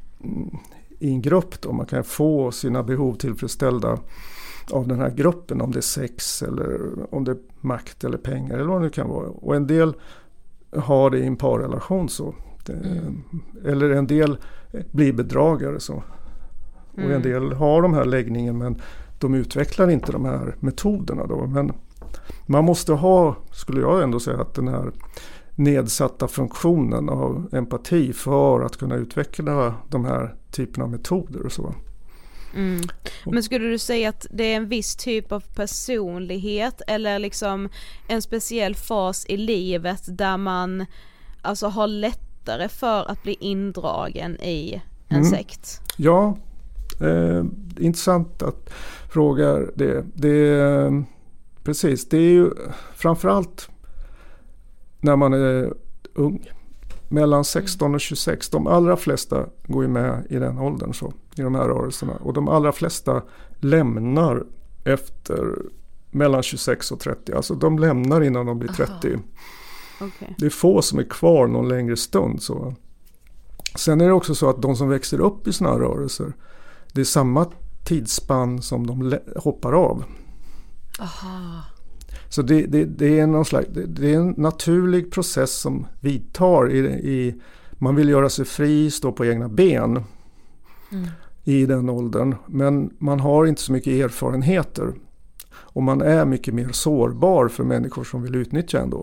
i en grupp då. Man kan få sina behov tillfredsställda av den här gruppen, om det är sex eller om det är makt eller pengar eller vad det kan vara. Och en del har det i en parrelation så. Eller en del blir bedragare så. Och en del har de här läggningen, men de utvecklar inte de här metoderna då. Men man måste ha, skulle jag ändå säga, att den här nedsatta funktionen av empati för att kunna utveckla de här typerna av metoder och så. Men skulle du säga att det är en viss typ av personlighet eller liksom en speciell fas i livet där man alltså har lättare för att bli indragen i en sekt? Ja, intressant att fråga det. Precis, det är ju framförallt när man är ung, mellan 16 och 26. De allra flesta går ju med i den åldern så, i de här rörelserna. Och de allra flesta lämnar efter mellan 26 och 30. Alltså de lämnar innan de blir 30. Okay. Det är få som är kvar någon längre stund. Så. Sen är det också så att de som växer upp i såna här rörelser, det är samma tidsspann som de hoppar av. Aha. Så det är någon slags, det är en naturlig process som vidtar i man vill göra sig fri, stå på egna ben i den åldern, men man har inte så mycket erfarenheter och man är mycket mer sårbar för människor som vill utnyttja ändå.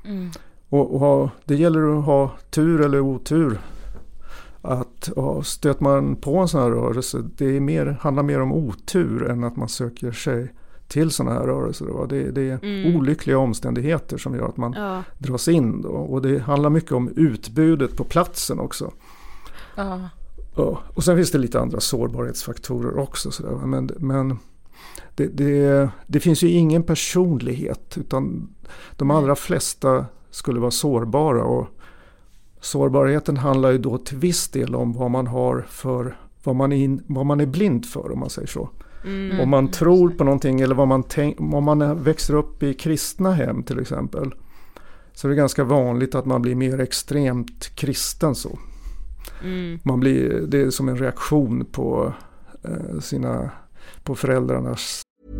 Och det gäller att ha tur eller otur. Att stöter man på en sån här rörelse, det handlar mer om otur än att man söker sig till sådana här rörelser. Det är olyckliga omständigheter som gör att man dras in. Då. Och det handlar mycket om utbudet på platsen också. Ja, och sen finns det lite andra sårbarhetsfaktorer också. Sådär. Men det finns ju ingen personlighet, utan de allra flesta skulle vara sårbara. Och sårbarheten handlar ju då till viss del om vad man har för, vad man är blind för, om man säger så. Om man tror på någonting eller om man växer upp i kristna hem till exempel, så är det ganska vanligt att man blir mer extremt kristen så. Det är som en reaktion på på föräldrarnas.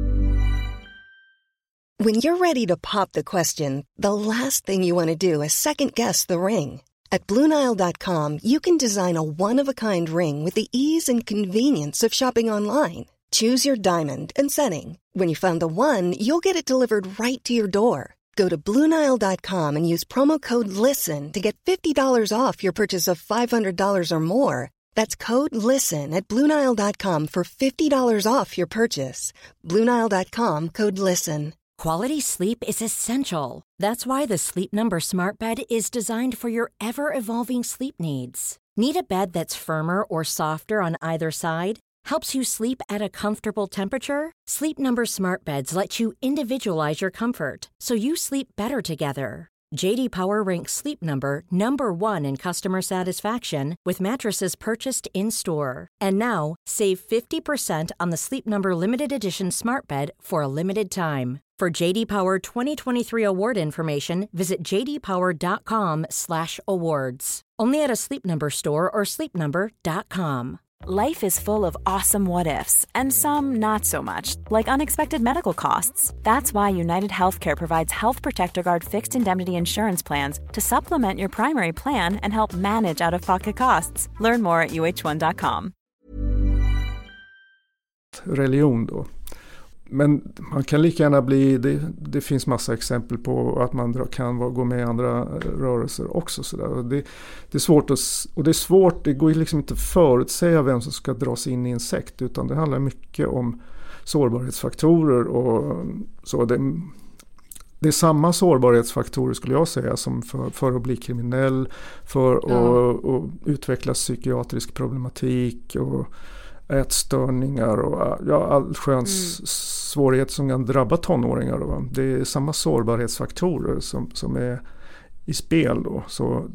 When you're ready to pop the question, the last thing you want to do is second guess the ring. At BlueNile.com you can design a one-of-a-kind ring with the ease and convenience of shopping online. Choose your diamond and setting. When you find the one, you'll get it delivered right to your door. Go to BlueNile.com and use promo code LISTEN to get $50 off your purchase of $500 or more. That's code LISTEN at BlueNile.com for $50 off your purchase. BlueNile.com, code LISTEN. Quality sleep is essential. That's why the Sleep Number Smart Bed is designed for your ever-evolving sleep needs. Need a bed that's firmer or softer on either side? Helps you sleep at a comfortable temperature? Sleep Number Smart Beds let you individualize your comfort, so you sleep better together. J.D. Power ranks Sleep Number #1 in customer satisfaction with mattresses purchased in-store. And now, save 50% on the Sleep Number Limited Edition Smart Bed for a limited time. For J.D. Power 2023 award information, visit jdpower.com/awards. Only at a Sleep Number store or sleepnumber.com. Life is full of awesome what-ifs, and some not so much, like unexpected medical costs. That's why United Healthcare provides Health Protector Guard fixed indemnity insurance plans to supplement your primary plan and help manage out-of-pocket costs. Learn more at uh1.com. Religion då. Men man kan lika gärna det finns massa exempel på att man kan gå med i andra rörelser också. Så där. Det är svårt, det går liksom inte att förutsäga vem som ska dras in i en sekt, utan det handlar mycket om sårbarhetsfaktorer och så. Det är samma sårbarhetsfaktorer skulle jag säga som för att bli kriminell, för att utveckla psykiatrisk problematik och ätstörningar och allsköns svårigheter som kan drabba tonåringar. Då. Det är samma sårbarhetsfaktorer som är i spel då. Så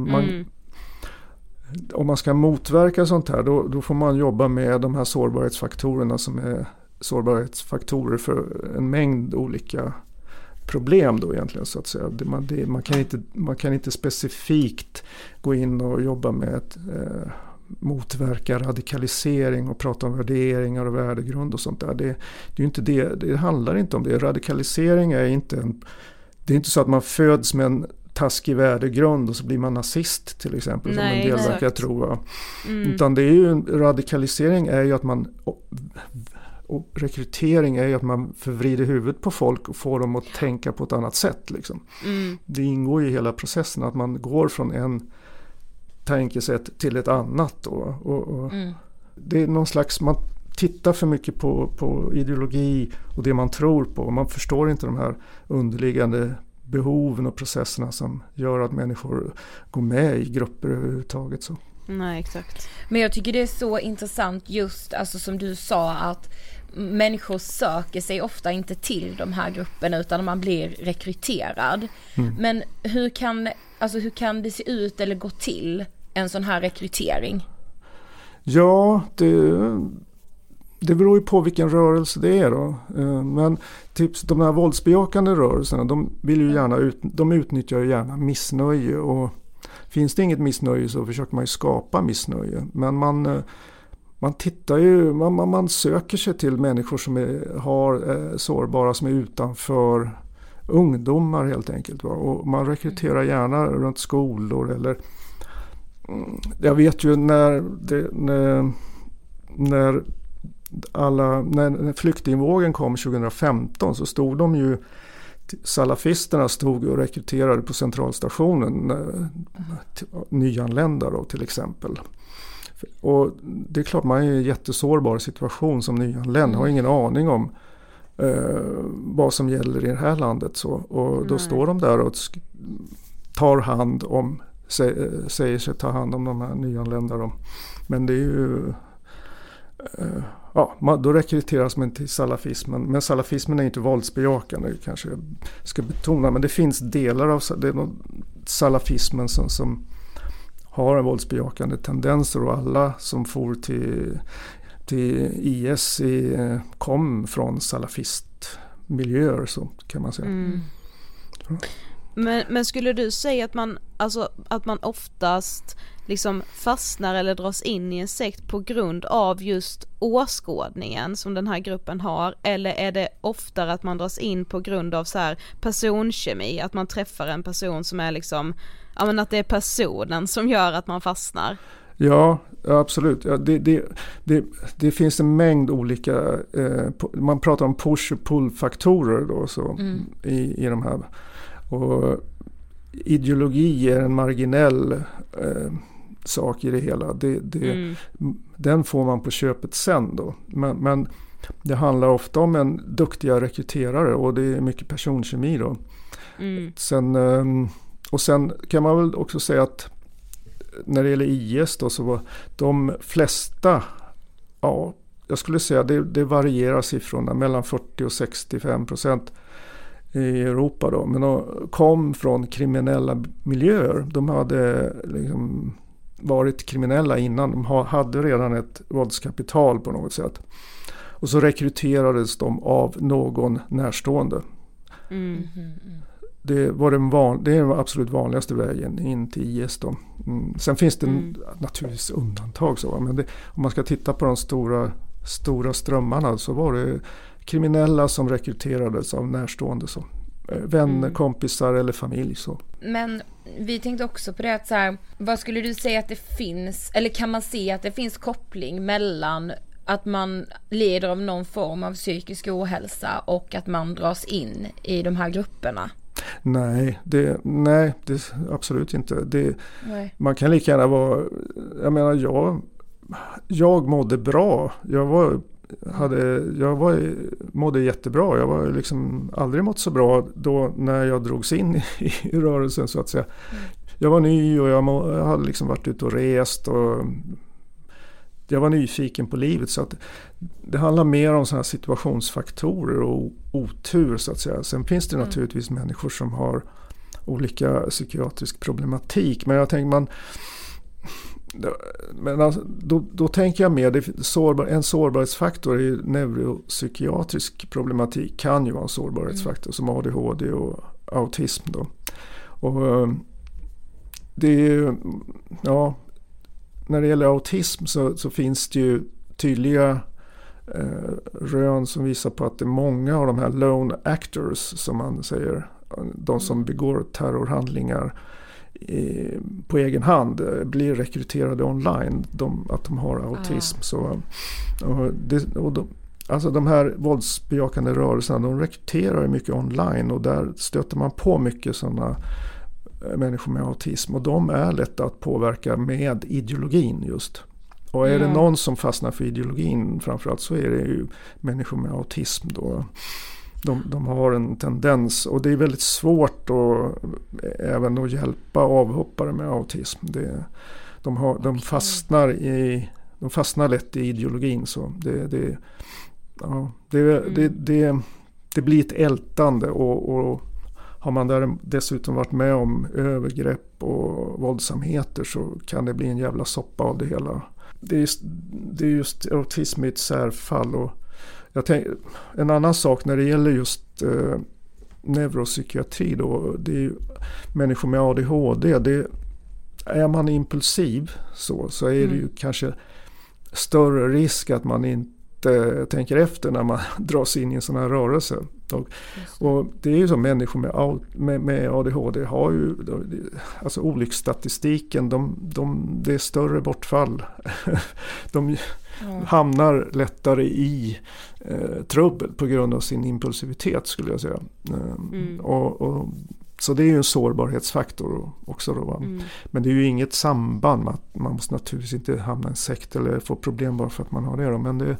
om man ska motverka sånt här då får man jobba med de här sårbarhetsfaktorerna som är sårbarhetsfaktorer för en mängd olika problem då egentligen så att säga. Man kan inte specifikt gå in och jobba med motverka radikalisering och prata om värderingar och värdegrund och sånt där. Det är ju inte det handlar inte om det. Radikalisering är inte det är inte så att man föds med en taskig värdegrund och så blir man nazist till exempel. Nej, som en del verkar tro. Utan det är ju radikalisering är ju att man och rekrytering är ju att man förvrider huvudet på folk och får dem att tänka på ett annat sätt liksom. Det ingår ju i hela processen att man går från en tänkesätt till ett annat och det är någon slags, man tittar för mycket på ideologi och det man tror på och man förstår inte de här underliggande behoven och processerna som gör att människor går med i grupper överhuvudtaget så. Nej, exakt. Men jag tycker det är så intressant just alltså som du sa att människor söker sig ofta inte till de här grupperna utan man blir rekryterad. Men hur kan det se ut eller gå till en sån här rekrytering? Ja, det beror ju på vilken rörelse det är då. Men typ de här våldsbejakande rörelserna, de utnyttjar ju gärna missnöje och finns det inget missnöje så försöker man ju skapa missnöje. Men man tittar ju, man söker sig till människor som har sårbara som är utanför ungdomar helt enkelt. Va? Och man rekryterar gärna runt skolor eller jag vet ju när flyktingvågen kom 2015 så stod de ju salafisterna stod och rekryterade på centralstationen nyanlända då, till exempel. Och det är klart man är i en jättesårbar situation som nyanländ. Har ingen aning om vad som gäller i det här landet. Så. Och då står de där och tar hand om säger sig ta hand om de här nyanlända då. Men det är ju då rekryteras man till salafismen. Men salafismen är inte våldsbejakande, kanske jag ska betona. Men det finns delar av salafismen som har en våldsbejakande tendenser, och alla som for till IS kom från salafistmiljöer, så kan man säga. Men skulle du säga att man oftast liksom fastnar eller dras in i en sekt på grund av just åskådningen som den här gruppen har, eller är det oftare att man dras in på grund av så här personkemi, att man träffar en person som är liksom, att det är personen som gör att man fastnar? Ja, absolut. Ja, det finns en mängd olika, man pratar om push- och pull-faktorer då, så, i de här. Och ideologi är en marginell sak i det hela. Den får man på köpet sen då. Men det handlar ofta om en duktiga rekryterare, och det är mycket personkemi då. Sen kan man väl också säga att när det gäller IS då, så var de flesta, jag skulle säga det varierar siffrorna mellan 40 och 65% i Europa då, men de kom från kriminella miljöer. De hade liksom varit kriminella innan, de hade redan ett våldskapital på något sätt. Och så rekryterades de av någon närstående. Det var den absolut vanligaste vägen in till IS då. Sen finns det naturligtvis undantag så, men om man ska titta på de stora strömmarna, så var det kriminella som rekryterades av närstående, så vänner, kompisar eller familj så. Men vi tänkte också på det att så här, vad skulle du säga att det finns, eller kan man se att det finns koppling mellan att man lider av någon form av psykisk ohälsa och att man dras in i de här grupperna? Nej, det absolut inte. Man kan lika gärna vara, jag menar, jag mådde bra. Jag mådde jättebra. Jag var liksom aldrig mått så bra då när jag drogs in i rörelsen, så att säga. Jag var ny och jag hade liksom varit ute och rest, och jag var nyfiken på livet, så att det handlar mer om sådana här situationsfaktorer och otur, så att säga. Sen finns det naturligtvis människor som har olika psykiatrisk problematik, men jag tänker då tänker jag mer, en sårbarhetsfaktor i neuropsykiatrisk problematik kan ju vara en sårbarhetsfaktor som ADHD och autism då. Och det är ju, när det gäller autism så finns det ju tydliga rön som visar på att det är många av de här lone actors, som man säger, de som begår terrorhandlingar på egen hand, blir rekryterade online, att de har autism. Alltså de här våldsbejakande rörelserna, de rekryterar mycket online, och där stöter man på mycket sådana människor med autism, och de är lätta att påverka med ideologin just. Och är det någon som fastnar för ideologin framförallt, så är det ju människor med autism då. De har en tendens, och det är väldigt svårt även att hjälpa avhoppare med autism. De fastnar lätt i ideologin, så det blir ett ältande, och har man dessutom varit med om övergrepp och våldsamheter, så kan det bli en jävla soppa av det hela. Det är just autism i ett särfall, och jag tänker, en annan sak när det gäller just neuropsykiatri då, det är ju människor med ADHD, är man impulsiv så är det ju kanske större risk att man inte tänker efter när man dras in i en sån här rörelse. Och det är ju så, människor med ADHD har ju, alltså olycksstatistiken, det är större bortfall. De hamnar lättare i trubbel på grund av sin impulsivitet, skulle jag säga. Så det är ju en sårbarhetsfaktor också då. Men det är ju inget samband med att man måste naturligtvis inte hamna i en sekt eller få problem bara för att man har det då. Men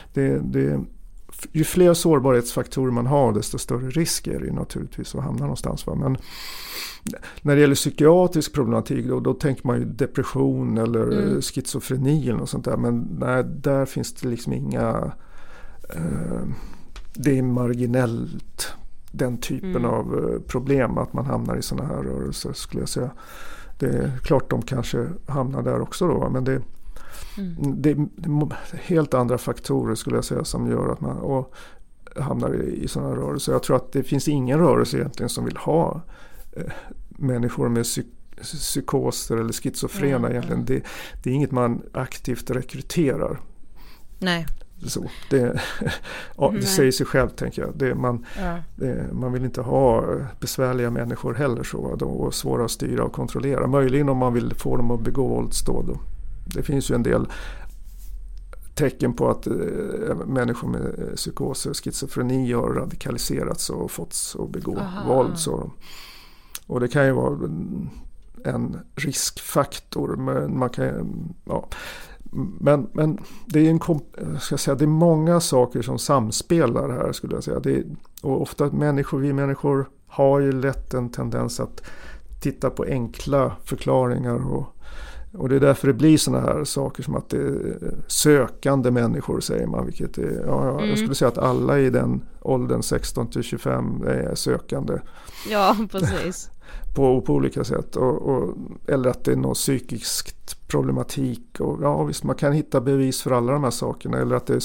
ju fler sårbarhetsfaktorer man har, desto större risk är det naturligtvis att hamna någonstans. Va? när det gäller psykiatrisk problematik då tänker man ju depression eller schizofreni eller något sånt där. Men nej, där finns det liksom inga... det är marginellt den typen av problem att man hamnar i såna här rörelser, skulle jag säga. Det är klart de kanske hamnar där också då, men det är helt andra faktorer, skulle jag säga, som gör att man hamnar i sådana här rörelser. Jag tror att det finns ingen rörelse egentligen som vill ha människor med psykoser eller schizofrena egentligen. Det är inget man aktivt rekryterar. Nej. Så, det säger sig själv, tänker jag. Man vill inte ha besvärliga människor heller så, och svåra att styra och kontrollera. Möjligen om man vill få dem att begå våldsdåd. Det finns ju en del tecken på att människor med psykos och schizofreni har radikaliserats och fått att begå våld. Så. Och det kan ju vara en riskfaktor, men man kan... Ja. Men det är det är många saker som samspelar här, skulle jag säga. Och ofta vi människor har ju lätt en tendens att titta på enkla förklaringar och det är därför det blir såna här saker som att det är sökande människor, säger man, vilket är, jag skulle säga att alla i den åldern 16-25 är sökande. Ja, precis. på olika sätt eller att det är någon psykisk problematik och visst, man kan hitta bevis för alla de här sakerna, eller att det är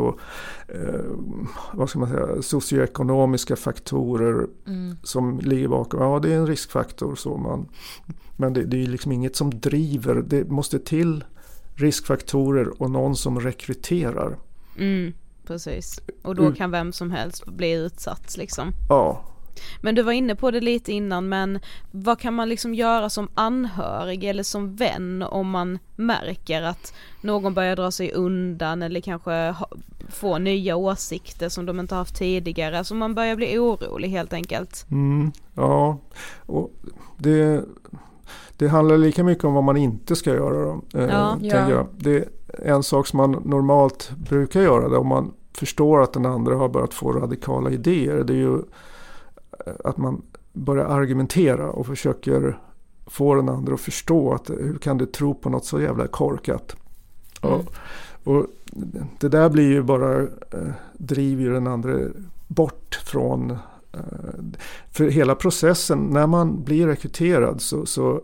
socioekonomiska faktorer som ligger bakom. Det är en riskfaktor men det är liksom inget som driver. Det måste till riskfaktorer och någon som rekryterar. Precis. Och då kan vem som helst bli utsatt liksom. Ja. Men du var inne på det lite innan, men vad kan man liksom göra som anhörig eller som vän om man märker att någon börjar dra sig undan eller kanske få nya åsikter som de inte haft tidigare, så man börjar bli orolig helt enkelt? Ja, och det handlar lika mycket om vad man inte ska göra då, tänker jag. Det är en sak som man normalt brukar göra då, om man förstår att den andra har börjat få radikala idéer. Det är ju att man börjar argumentera och försöker få den andra att förstå att hur kan du tro på något så jävla korkat. Och det där blir ju bara driver ju den andra bort från för hela processen. När man blir rekryterad så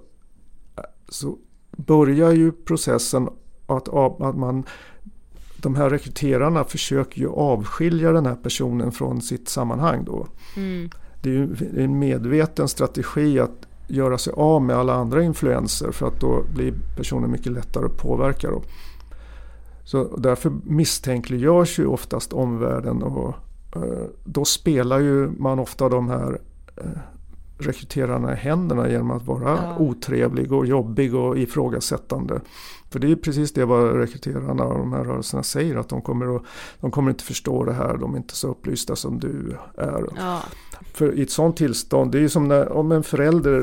börjar ju processen att man, de här rekryterarna försöker ju avskilja den här personen från sitt sammanhang då. Det är ju en medveten strategi att göra sig av med alla andra influenser, för att då blir personen mycket lättare att påverka då. Så därför misstänkliggörs ju oftast omvärlden, och då spelar ju man ofta de här rekryterarna i händerna genom att vara otrevlig och jobbig och ifrågasättande. För det är ju precis det vad rekryterarna och de här rörelserna säger, att de kommer inte förstå det här, de är inte så upplysta som du är. Ja. För i ett sånt tillstånd, det är ju som om en förälder,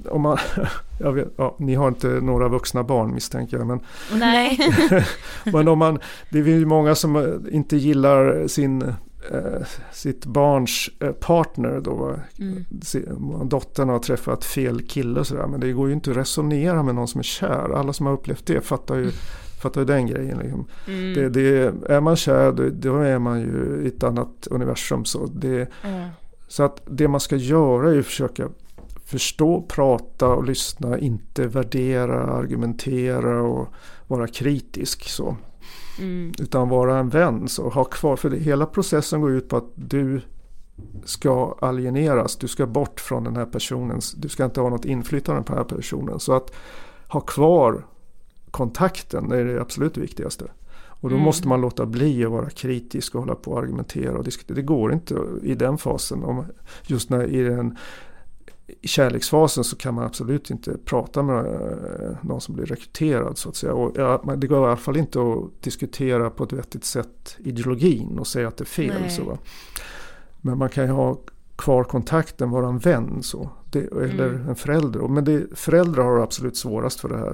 ni har inte några vuxna barn misstänker jag, men nej. Men det är ju många som inte gillar sitt barns partner då. Dottern har träffat fel kille och sådär, men det går ju inte att resonera med någon som är kär. Alla som har upplevt det fattar ju den grejen liksom. Är man kär då är man ju i ett annat universum så att det man ska göra är att försöka förstå, prata och lyssna, inte värdera, argumentera och vara kritisk så. Utan vara en vän, så ha kvar, för hela processen går ut på att du ska alieneras, du ska bort från den här personen, du ska inte ha något inflytande på den här personen, så att ha kvar kontakten är det absolut viktigaste. Och då måste man låta bli att vara kritisk och hålla på och argumentera och diskutera. Det går inte i den fasen. Just i den kärleksfasen så kan man absolut inte prata med någon som blir rekryterad så att säga. Och det går i alla fall inte att diskutera på ett vettigt sätt ideologin och säga att det är fel. Så. Men man kan ju ha kvar kontakten, vara en vän så. Eller en förälder. Men föräldrar har absolut svårast för det här.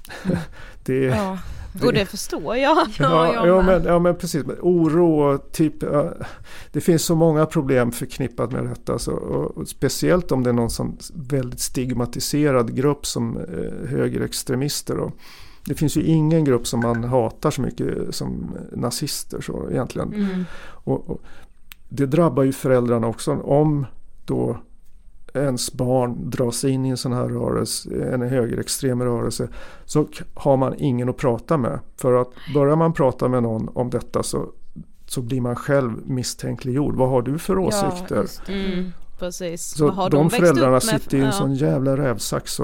Och det förstår jag. Men precis. Oro, typ, det finns så många problem förknippat med detta. Alltså, och speciellt om det är någon sån väldigt stigmatiserad grupp som högerextremister. Och det finns ju ingen grupp som man hatar så mycket som nazister så egentligen. Och det drabbar ju föräldrarna också om då ens barn dras in i en sån här rörelse, en högerextrem rörelse, så har man ingen att prata med. För att börjar man prata med någon om detta så blir man själv misstänkliggjord. Vad har du för åsikter? Precis. Så har de föräldrarna sitter i en sån jävla rävsax.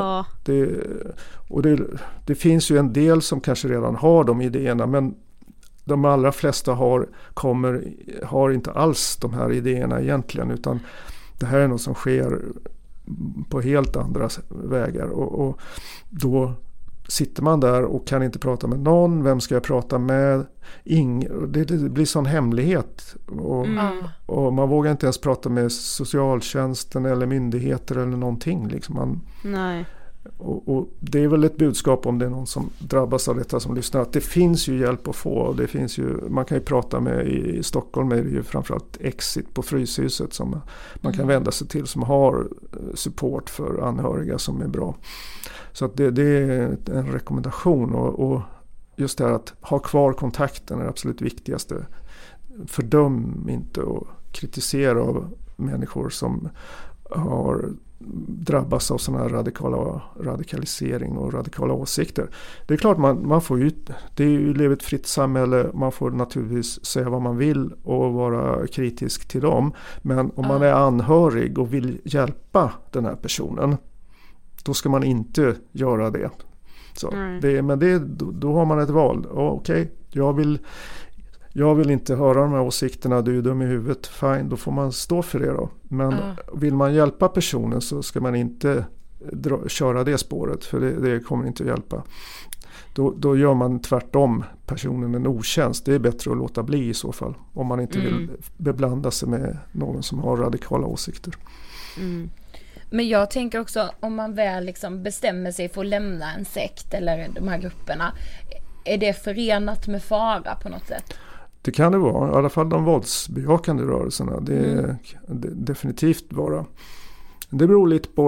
Det finns ju en del som kanske redan har de idéerna, men de allra flesta har inte alls de här idéerna egentligen, utan det här är något som sker på helt andra vägar. Och då sitter man där och kan inte prata med någon. Vem ska jag prata med? Det blir sån hemlighet. Och man vågar inte ens prata med socialtjänsten eller myndigheter eller någonting. Liksom Nej. Och det är väl ett budskap om det är någon som drabbas av detta som lyssnar, att det finns ju hjälp att få. Och det finns ju, man kan ju prata med, i Stockholm är det ju framförallt Exit på Fryshuset som man kan vända sig till, som har support för anhöriga som är bra. Så att det är en rekommendation, och just det här att ha kvar kontakten är det absolut viktigaste. Fördöm inte och kritisera av människor som har drabbas av sådana här radikalisering och radikala åsikter. Det är klart man får ju, det är ju ett fritt samhälle, man får naturligtvis säga vad man vill och vara kritisk till dem, men om man är anhörig och vill hjälpa den här personen, då ska man inte göra det. Så då har man ett val. Okej, jag vill inte höra de här åsikterna, du är dum i huvudet, fine, då får man stå för det då. Men vill man hjälpa personen så ska man inte köra det spåret, för det kommer inte att hjälpa. Då gör man tvärtom personen en otjänst. Det är bättre att låta bli i så fall, om man inte vill beblanda sig med någon som har radikala åsikter. Men jag tänker också, om man väl liksom bestämmer sig för att lämna en sekt eller de här grupperna, är det förenat med fara på något sätt? Det kan det vara, i alla fall de våldsbejakande rörelserna. Det är definitivt vara. Det beror lite på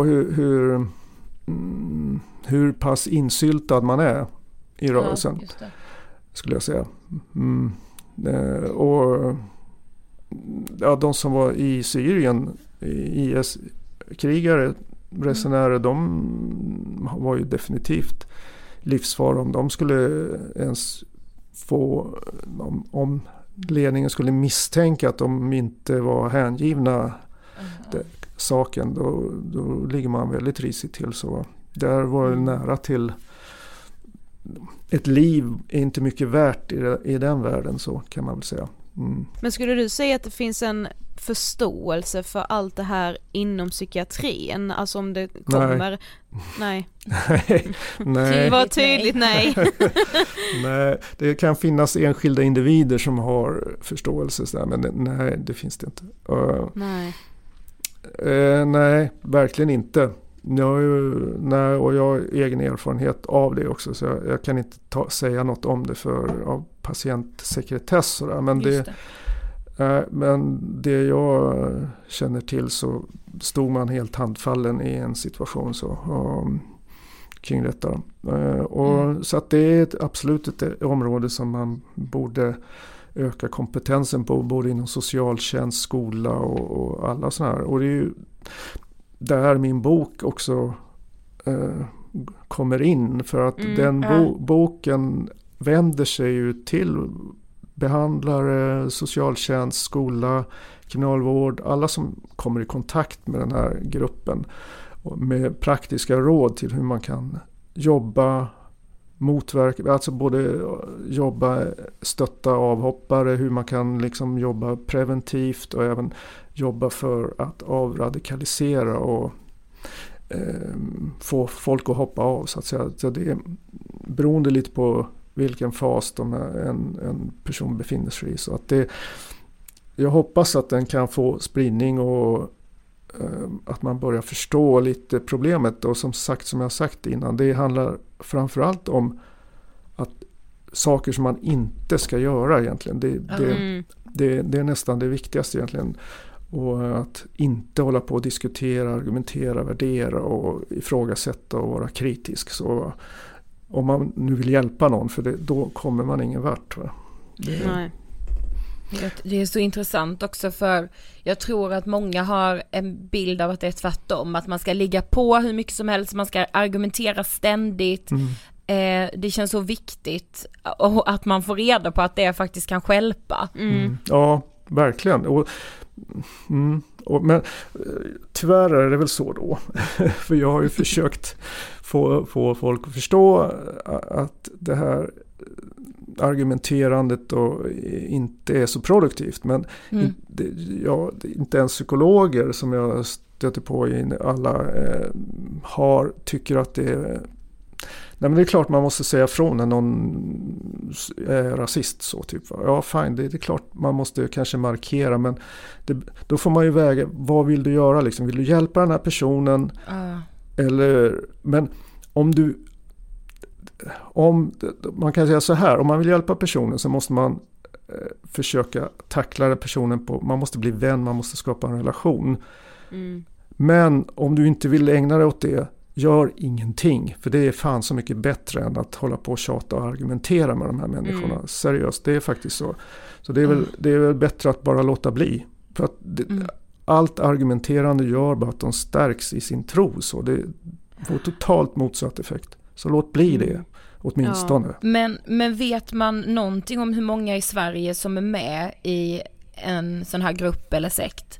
hur pass insyltad man är i rörelsen, skulle jag säga. Och de som var i Syrien, IS-krigare, resenärer, de var ju definitivt livsfara om de skulle ens få, om ledningen skulle misstänka att de inte var hängivna saken, då ligger man väldigt risigt till. Så där var det nära till, ett liv är inte mycket värt i den världen, så kan man väl säga. Men skulle du säga att det finns en förståelse för allt det här inom psykiatrin? Alltså om det kommer... Nej. Nej. Det var tydligt nej. Nej, det kan finnas enskilda individer som har förståelse så där, men nej, det finns det inte. Nej, verkligen inte. Och jag har egen erfarenhet av det också, så jag kan inte säga något om det av patientsekretess och där, men det jag känner till så stod man helt handfallen i en situation så kring detta. Så att det är absolut ett område som man borde öka kompetensen på, både inom socialtjänst, skola och alla sådana här. Och det är ju där min bok också kommer in, för att den boken vänder sig ju till behandlare, socialtjänst, skola, kriminalvård, alla som kommer i kontakt med den här gruppen, med praktiska råd till hur man kan jobba, motverka, alltså både stötta avhoppare, hur man kan liksom jobba preventivt och även jobba för att avradikalisera och få folk att hoppa av, så att säga. Så det är beroende lite på vilken fas en person befinner sig i. Så att jag hoppas att den kan få spridning och att man börjar förstå lite problemet. Och som jag sagt innan, det handlar framförallt om att saker som man inte ska göra egentligen. Det är nästan det viktigaste egentligen. Och att inte hålla på och diskutera, argumentera, värdera och ifrågasätta och vara kritisk. Så om man nu vill hjälpa någon, för då kommer man ingen vart. Va? Nej. Det är så intressant också, för jag tror att många har en bild av att det är tvärtom. Att man ska ligga på hur mycket som helst, man ska argumentera ständigt. Det känns så viktigt att man får reda på att det faktiskt kan hjälpa. Ja, verkligen. Men tyvärr är det väl så då. För jag har ju försökt få folk att förstå att det här argumenterandet och inte är så produktivt. Men inte ens psykologer som jag stöter på alla tycker att det är... Nej, men det är klart man måste säga från när någon är rasist så typ. Ja, fine, det är klart man måste kanske markera, men då får man ju väga, vad vill du göra liksom? Vill du hjälpa den här personen? Eller, men man kan säga så här, om man vill hjälpa personen så måste man försöka tackla den personen man måste bli vän, man måste skapa en relation. Men om du inte vill ägna dig åt det, gör ingenting, för det är fan så mycket bättre än att hålla på och tjata och argumentera med de här människorna. Seriöst, det är faktiskt så. Så det är väl bättre att bara låta bli. För att allt argumenterande gör bara att de stärks i sin tro. Så det får totalt motsatt effekt. Så låt bli det, åtminstone. Ja. Men vet man någonting om hur många i Sverige som är med i en sån här grupp eller sekt?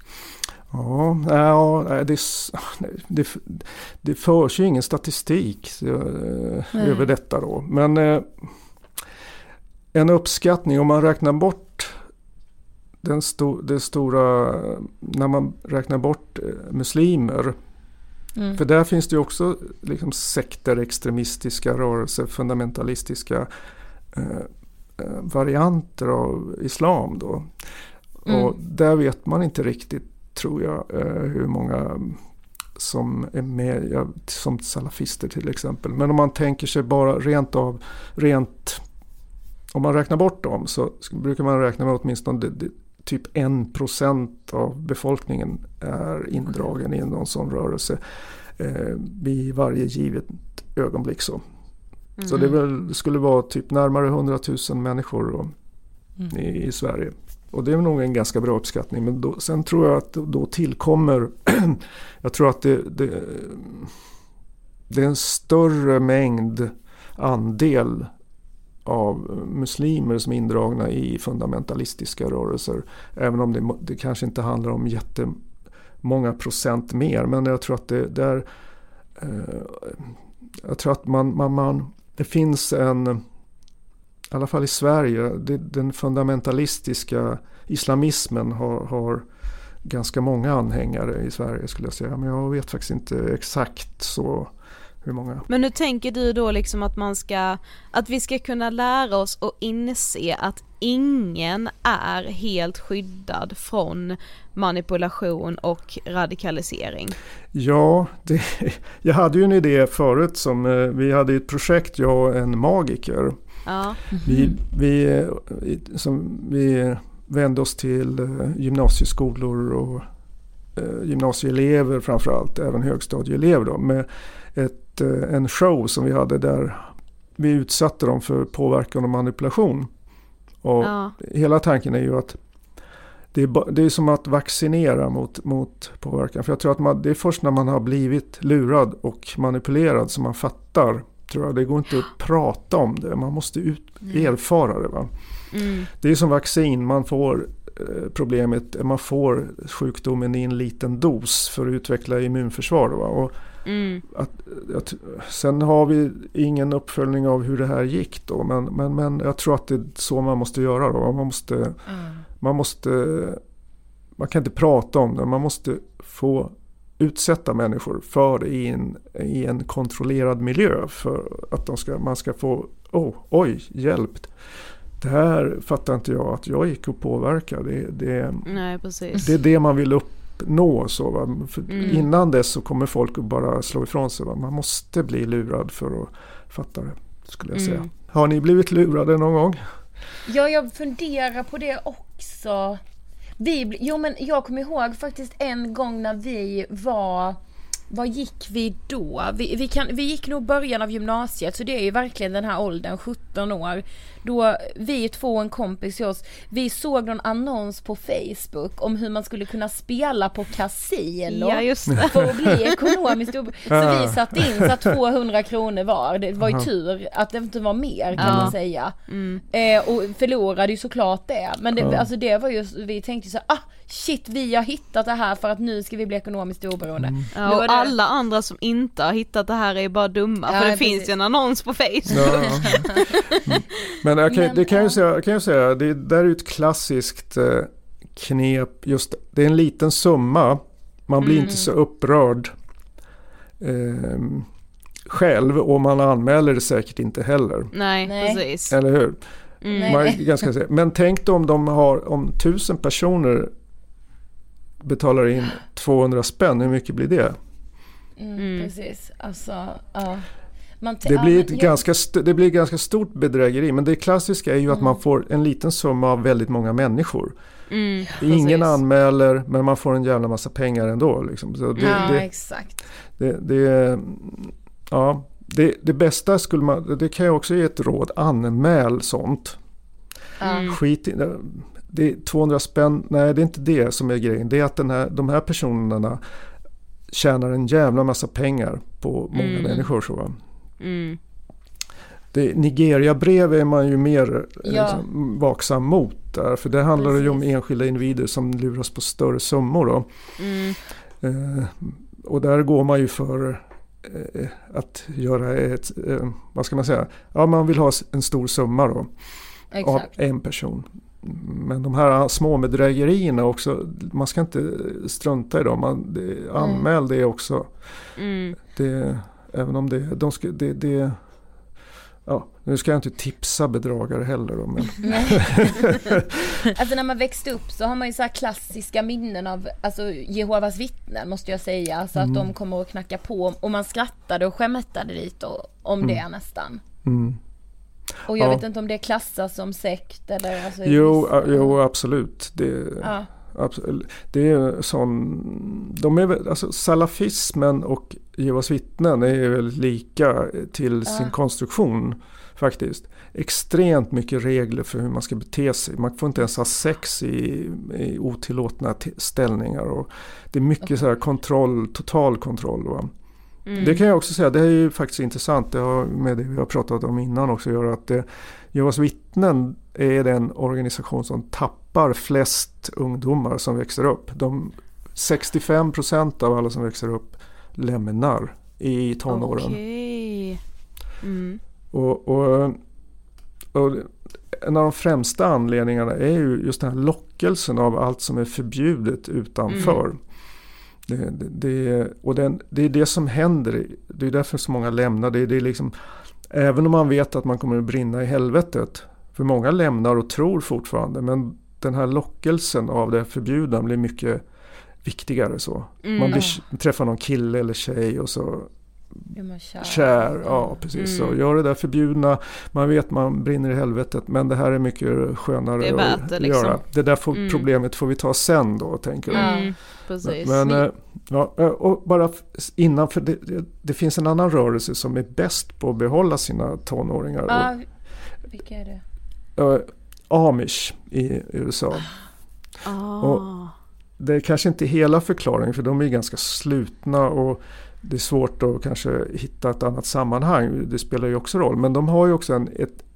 Det förs ju ingen statistik över detta då. Men en uppskattning, om man räknar bort det stora, när man räknar bort muslimer, för där finns det ju också liksom sekter, extremistiska rörelser, fundamentalistiska varianter av islam då. Och där vet man inte riktigt, tror jag, hur många som är med, som salafister till exempel. Men om man tänker sig bara rent om man räknar bort dem, så brukar man räkna med åtminstone typ 1% av befolkningen är indragen i någon sån rörelse vid varje givet ögonblick. Så det skulle vara typ närmare 100 000 människor i Sverige. Och det är nog en ganska bra uppskattning. Men sen tror jag att då tillkommer jag tror att det är en större mängd andel av muslimer som är indragna i fundamentalistiska rörelser. Även om det kanske inte handlar om jättemånga procent mer. Men jag tror att jag tror att det finns i alla fall i Sverige, den fundamentalistiska islamismen har ganska många anhängare i Sverige, skulle jag säga. Men jag vet faktiskt inte exakt så hur många. Men hur tänker du då liksom att vi ska kunna lära oss och inse att ingen är helt skyddad från manipulation och radikalisering? Ja, jag hade ju en idé förut vi hade ett projekt, jag och en magiker. Ja. Vi vände oss till gymnasieskolor och gymnasieelever framförallt, även högstadieelever då, med en show som vi hade där vi utsatte dem för påverkan och manipulation. Och hela tanken är ju att det är som att vaccinera mot påverkan. För jag tror att det är först när man har blivit lurad och manipulerad som man fattar, tror jag. Det går inte att prata om det. Man måste erfara det. Va? Det är som vaccin. Man får problemet, man får sjukdomen i en liten dos för att utveckla immunförsvar. Va? Och sen har vi ingen uppföljning av hur det här gick då. Men jag tror att det är så man måste göra då. Man kan inte prata om det. Man måste få utsätta människor för det i en kontrollerad miljö för att man ska få hjälp. Det här fattar inte jag att jag gick och påverka. Nej, precis. Det är det man vill uppnå. Så, va? För innan dess så kommer folk att bara slå ifrån sig. Va? Man måste bli lurad för att fatta det, skulle jag säga. Har ni blivit lurade någon gång? Ja, jag funderar på det också. Men jag kommer ihåg faktiskt en gång när vi var... Vad gick vi då? Vi gick nog början av gymnasiet, så det är ju verkligen den här åldern, 17 år. Då vi två och en kompis till oss, vi såg någon annons på Facebook om hur man skulle kunna spela på kasino för att bli ekonomiskt. Så vi satte in så att 200 kronor var. Det var ju tur att det inte var mer, kan man säga. Och förlorade ju såklart det. Men det, alltså det var ju, vi tänkte så shit, vi har hittat det här för att nu ska vi bli ekonomiskt oberoende. Ja, och alla andra som inte har hittat det här är bara dumma, för det finns ju en annons på Facebook. Men det kan jag säga, det där är ett klassiskt knep. Just, det är en liten summa, man blir inte så upprörd själv, och man anmäler det säkert inte heller. Nej. Precis. Eller hur? Men tänk då om 1000 personer betalar in 200 spänn, hur mycket blir det? Precis, alltså det blir ett ganska stort bedrägeri, men det klassiska är ju att man får en liten summa av väldigt många människor. Ingen anmäler, men man får en jävla massa pengar ändå liksom. Så exakt. Det bästa skulle man, det kan jag också ge ett råd, anmäl sånt. Skit i det är 200 spänn, nej, det är inte det som är grejen. Det är att de här personerna tjänar en jävla massa pengar på många människor. Så. Nigeria-brev är man ju mer vaksam mot där, för det handlar ju om enskilda individer som luras på större summor då. Och där går man ju för att göra vad ska man säga? Ja, man vill ha en stor summa då. Av en person. Men de här små bedrägerierna också, man ska inte strunta i dem. Anmäl det också. Även om nu ska jag inte tipsa bedragare heller då, men. Alltså när man växte upp så har man ju så här klassiska minnen av Jehovas vittnen, måste jag säga. Alltså att de kommer att knacka på, och man skrattade och skämtade lite om det nästan. Och jag vet inte om det klassas som sekt eller Jo, absolut. Det är sån, salafismen och Jehovas vittnen är väldigt lika till sin konstruktion faktiskt. Extremt mycket regler för hur man ska bete sig. Man får inte ens ha sex i otillåtna ställningar, och det är mycket så här total kontroll, va? Det kan jag också säga, det är ju faktiskt intressant, det har med det vi har pratat om innan också göra, att Jehovas vittnen är den organisation som tappar flest ungdomar som växer upp. 65% av alla som växer upp lämnar i tonåren. Och en av de främsta anledningarna är ju just den här lockelsen av allt som är förbjudet utanför. Det är det som händer. Det är därför så många lämnar. Det är liksom, även om man vet att man kommer att brinna i helvetet, för många lämnar och tror fortfarande, men den här lockelsen av det förbjudna blir mycket viktigare så. Man träffar någon kille eller tjej och så kär. Ja, precis. Så gör det där förbjudna. Man vet man brinner i helvetet, men det här är mycket skönare det är värt det, liksom. Göra. Det där problemet får vi ta sen då, tänker jag. Precis. Men och bara innan, för det finns en annan rörelse som är bäst på att behålla sina tonåringar. Vilka är det? Amish i USA. Och det är kanske inte hela förklaringen, för de är ganska slutna och det är svårt att kanske hitta ett annat sammanhang. Det spelar ju också roll. Men de har ju också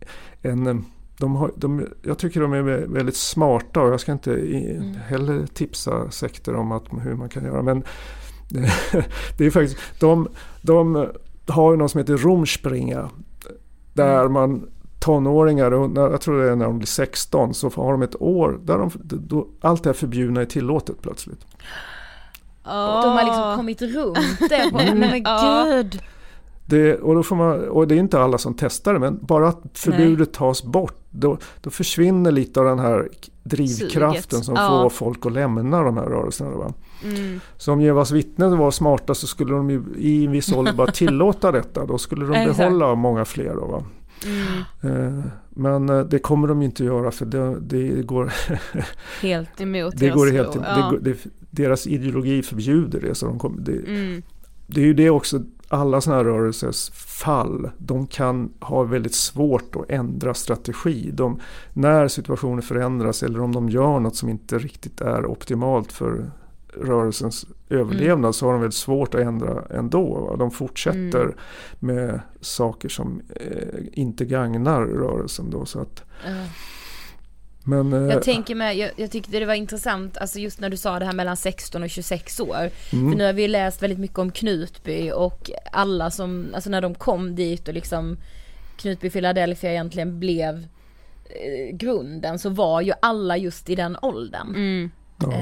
jag tycker de är väldigt smarta, och jag ska inte heller tipsa sekter om hur man kan göra. Men det är faktiskt, de har ju något som heter Rumspringa, där man tonåringar, jag tror det är när de blir 16, så har de ett år där allt det här förbjudna är tillåtet plötsligt. De har liksom kommit runt det. Men gud. Och det är inte alla som testar det, men bara att förbudet tas bort, då försvinner lite av den här drivkraften som får folk att lämna de här rörelserna. Va? Så om Jehovas vittnen var smarta så skulle de ju i en viss ålder bara tillåta detta. Då skulle de behålla många fler. Då, va? Men det kommer de inte göra, för det går helt emot deras ideologi förbjuder det. Så det är ju det också, alla sådana här rörelsers fall, de kan ha väldigt svårt att ändra strategi. När situationen förändras eller om de gör något som inte riktigt är optimalt för rörelsens överlevnad, så har de väldigt svårt att ändra ändå. Va? De fortsätter med saker som inte gagnar rörelsen då, så att men, jag tänker med, jag tyckte det var intressant, alltså just när du sa det här mellan 16 och 26 år. För nu har vi läst väldigt mycket om Knutby och alla som, alltså när de kom dit och liksom Knutby Philadelphia egentligen blev grunden, så var ju alla just i den åldern.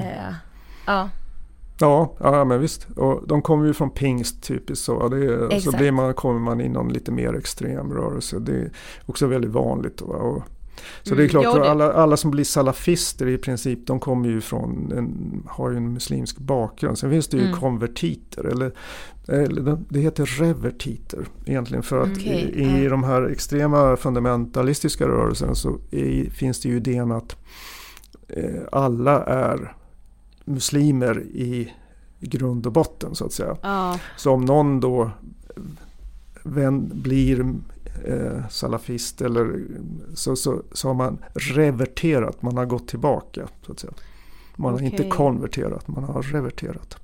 Ja, men visst. Och de kommer ju från pingst typiskt så. Så kommer man in någon lite mer extrem rörelse. Det är också väldigt vanligt. Så det är klart, alla som blir salafister i princip, de kommer ju har ju en muslimsk bakgrund. Sen finns det ju konvertiter, eller det heter revertiter egentligen, för att i de här extrema fundamentalistiska rörelsen så finns det ju idén att alla är muslimer i grund och botten, så att säga. Så om någon då blir salafist eller så har man reverterat, man har gått tillbaka, så att säga. Man har inte konverterat, man har reverterat.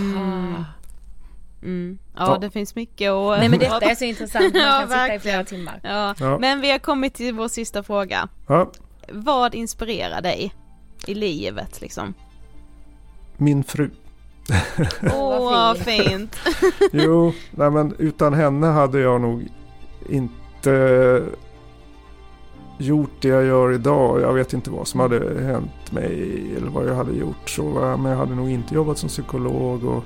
Det finns mycket och nej, men detta är så intressant, man kan sitta i flera timmar. Men vi har kommit till vår sista fråga. Vad inspirerar dig i livet liksom? Min fru. Vad fint. Jo, nej, men utan henne hade jag nog inte gjort det jag gör idag. Jag vet inte vad som hade hänt mig eller vad jag hade gjort. Men jag hade nog inte jobbat som psykolog. Och,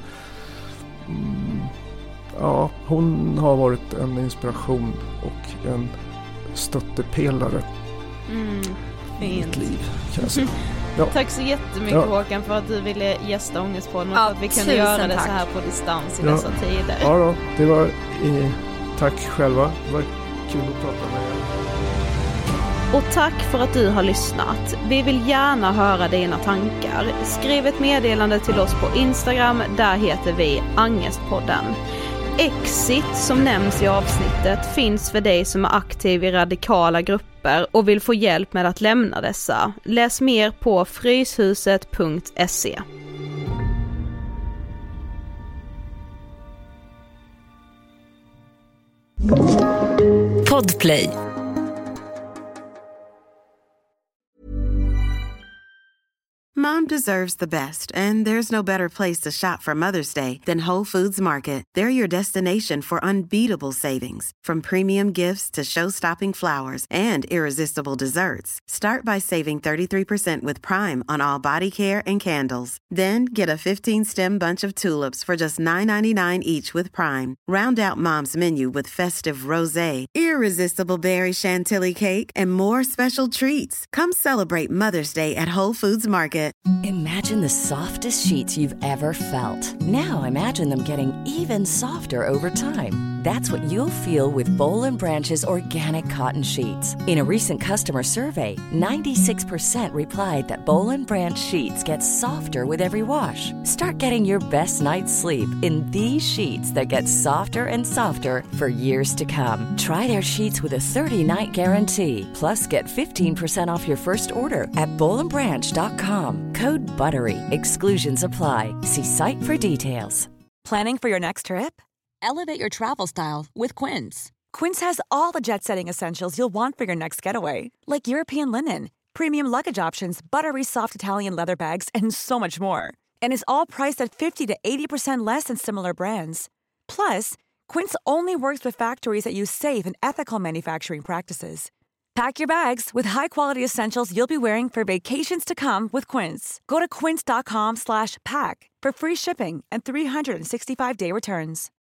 hon har varit en inspiration och en stöttepelare i mitt liv, kan jag säga. Tack så jättemycket Håkan för att du ville gästa Ångestpodden och för att vi kunde göra det så här på distans i dessa tider. Ja, det var tack själva. Det var kul att prata med er. Och tack för att du har lyssnat. Vi vill gärna höra dina tankar. Skriv ett meddelande till oss på Instagram, där heter vi Ångestpodden. Exit, som nämns i avsnittet, finns för dig som är aktiv i radikala grupper och vill få hjälp med att lämna dessa. Läs mer på fryshuset.se. Podplay. Mom deserves the best, and there's no better place to shop for Mother's Day than Whole Foods Market. They're your destination for unbeatable savings, from premium gifts to show-stopping flowers and irresistible desserts. Start by saving 33% with Prime on all body care and candles. Then get a 15-stem bunch of tulips for just $9.99 each with Prime. Round out Mom's menu with festive rosé, irresistible berry chantilly cake, and more special treats. Come celebrate Mother's Day at Whole Foods Market. Imagine the softest sheets you've ever felt. Now imagine them getting even softer over time. That's what you'll feel with Boll & Branch's organic cotton sheets. In a recent customer survey, 96% replied that Boll & Branch sheets get softer with every wash. Start getting your best night's sleep in these sheets that get softer and softer for years to come. Try their sheets with a 30-night guarantee. Plus, get 15% off your first order at bollandbranch.com. Code BUTTERY. Exclusions apply. See site for details. Planning for your next trip? Elevate your travel style with Quince. Quince has all the jet-setting essentials you'll want for your next getaway, like European linen, premium luggage options, buttery soft Italian leather bags, and so much more. And is all priced at 50 to 80% less than similar brands. Plus, Quince only works with factories that use safe and ethical manufacturing practices. Pack your bags with high-quality essentials you'll be wearing for vacations to come with Quince. Go to quince.com/pack for free shipping and 365-day returns.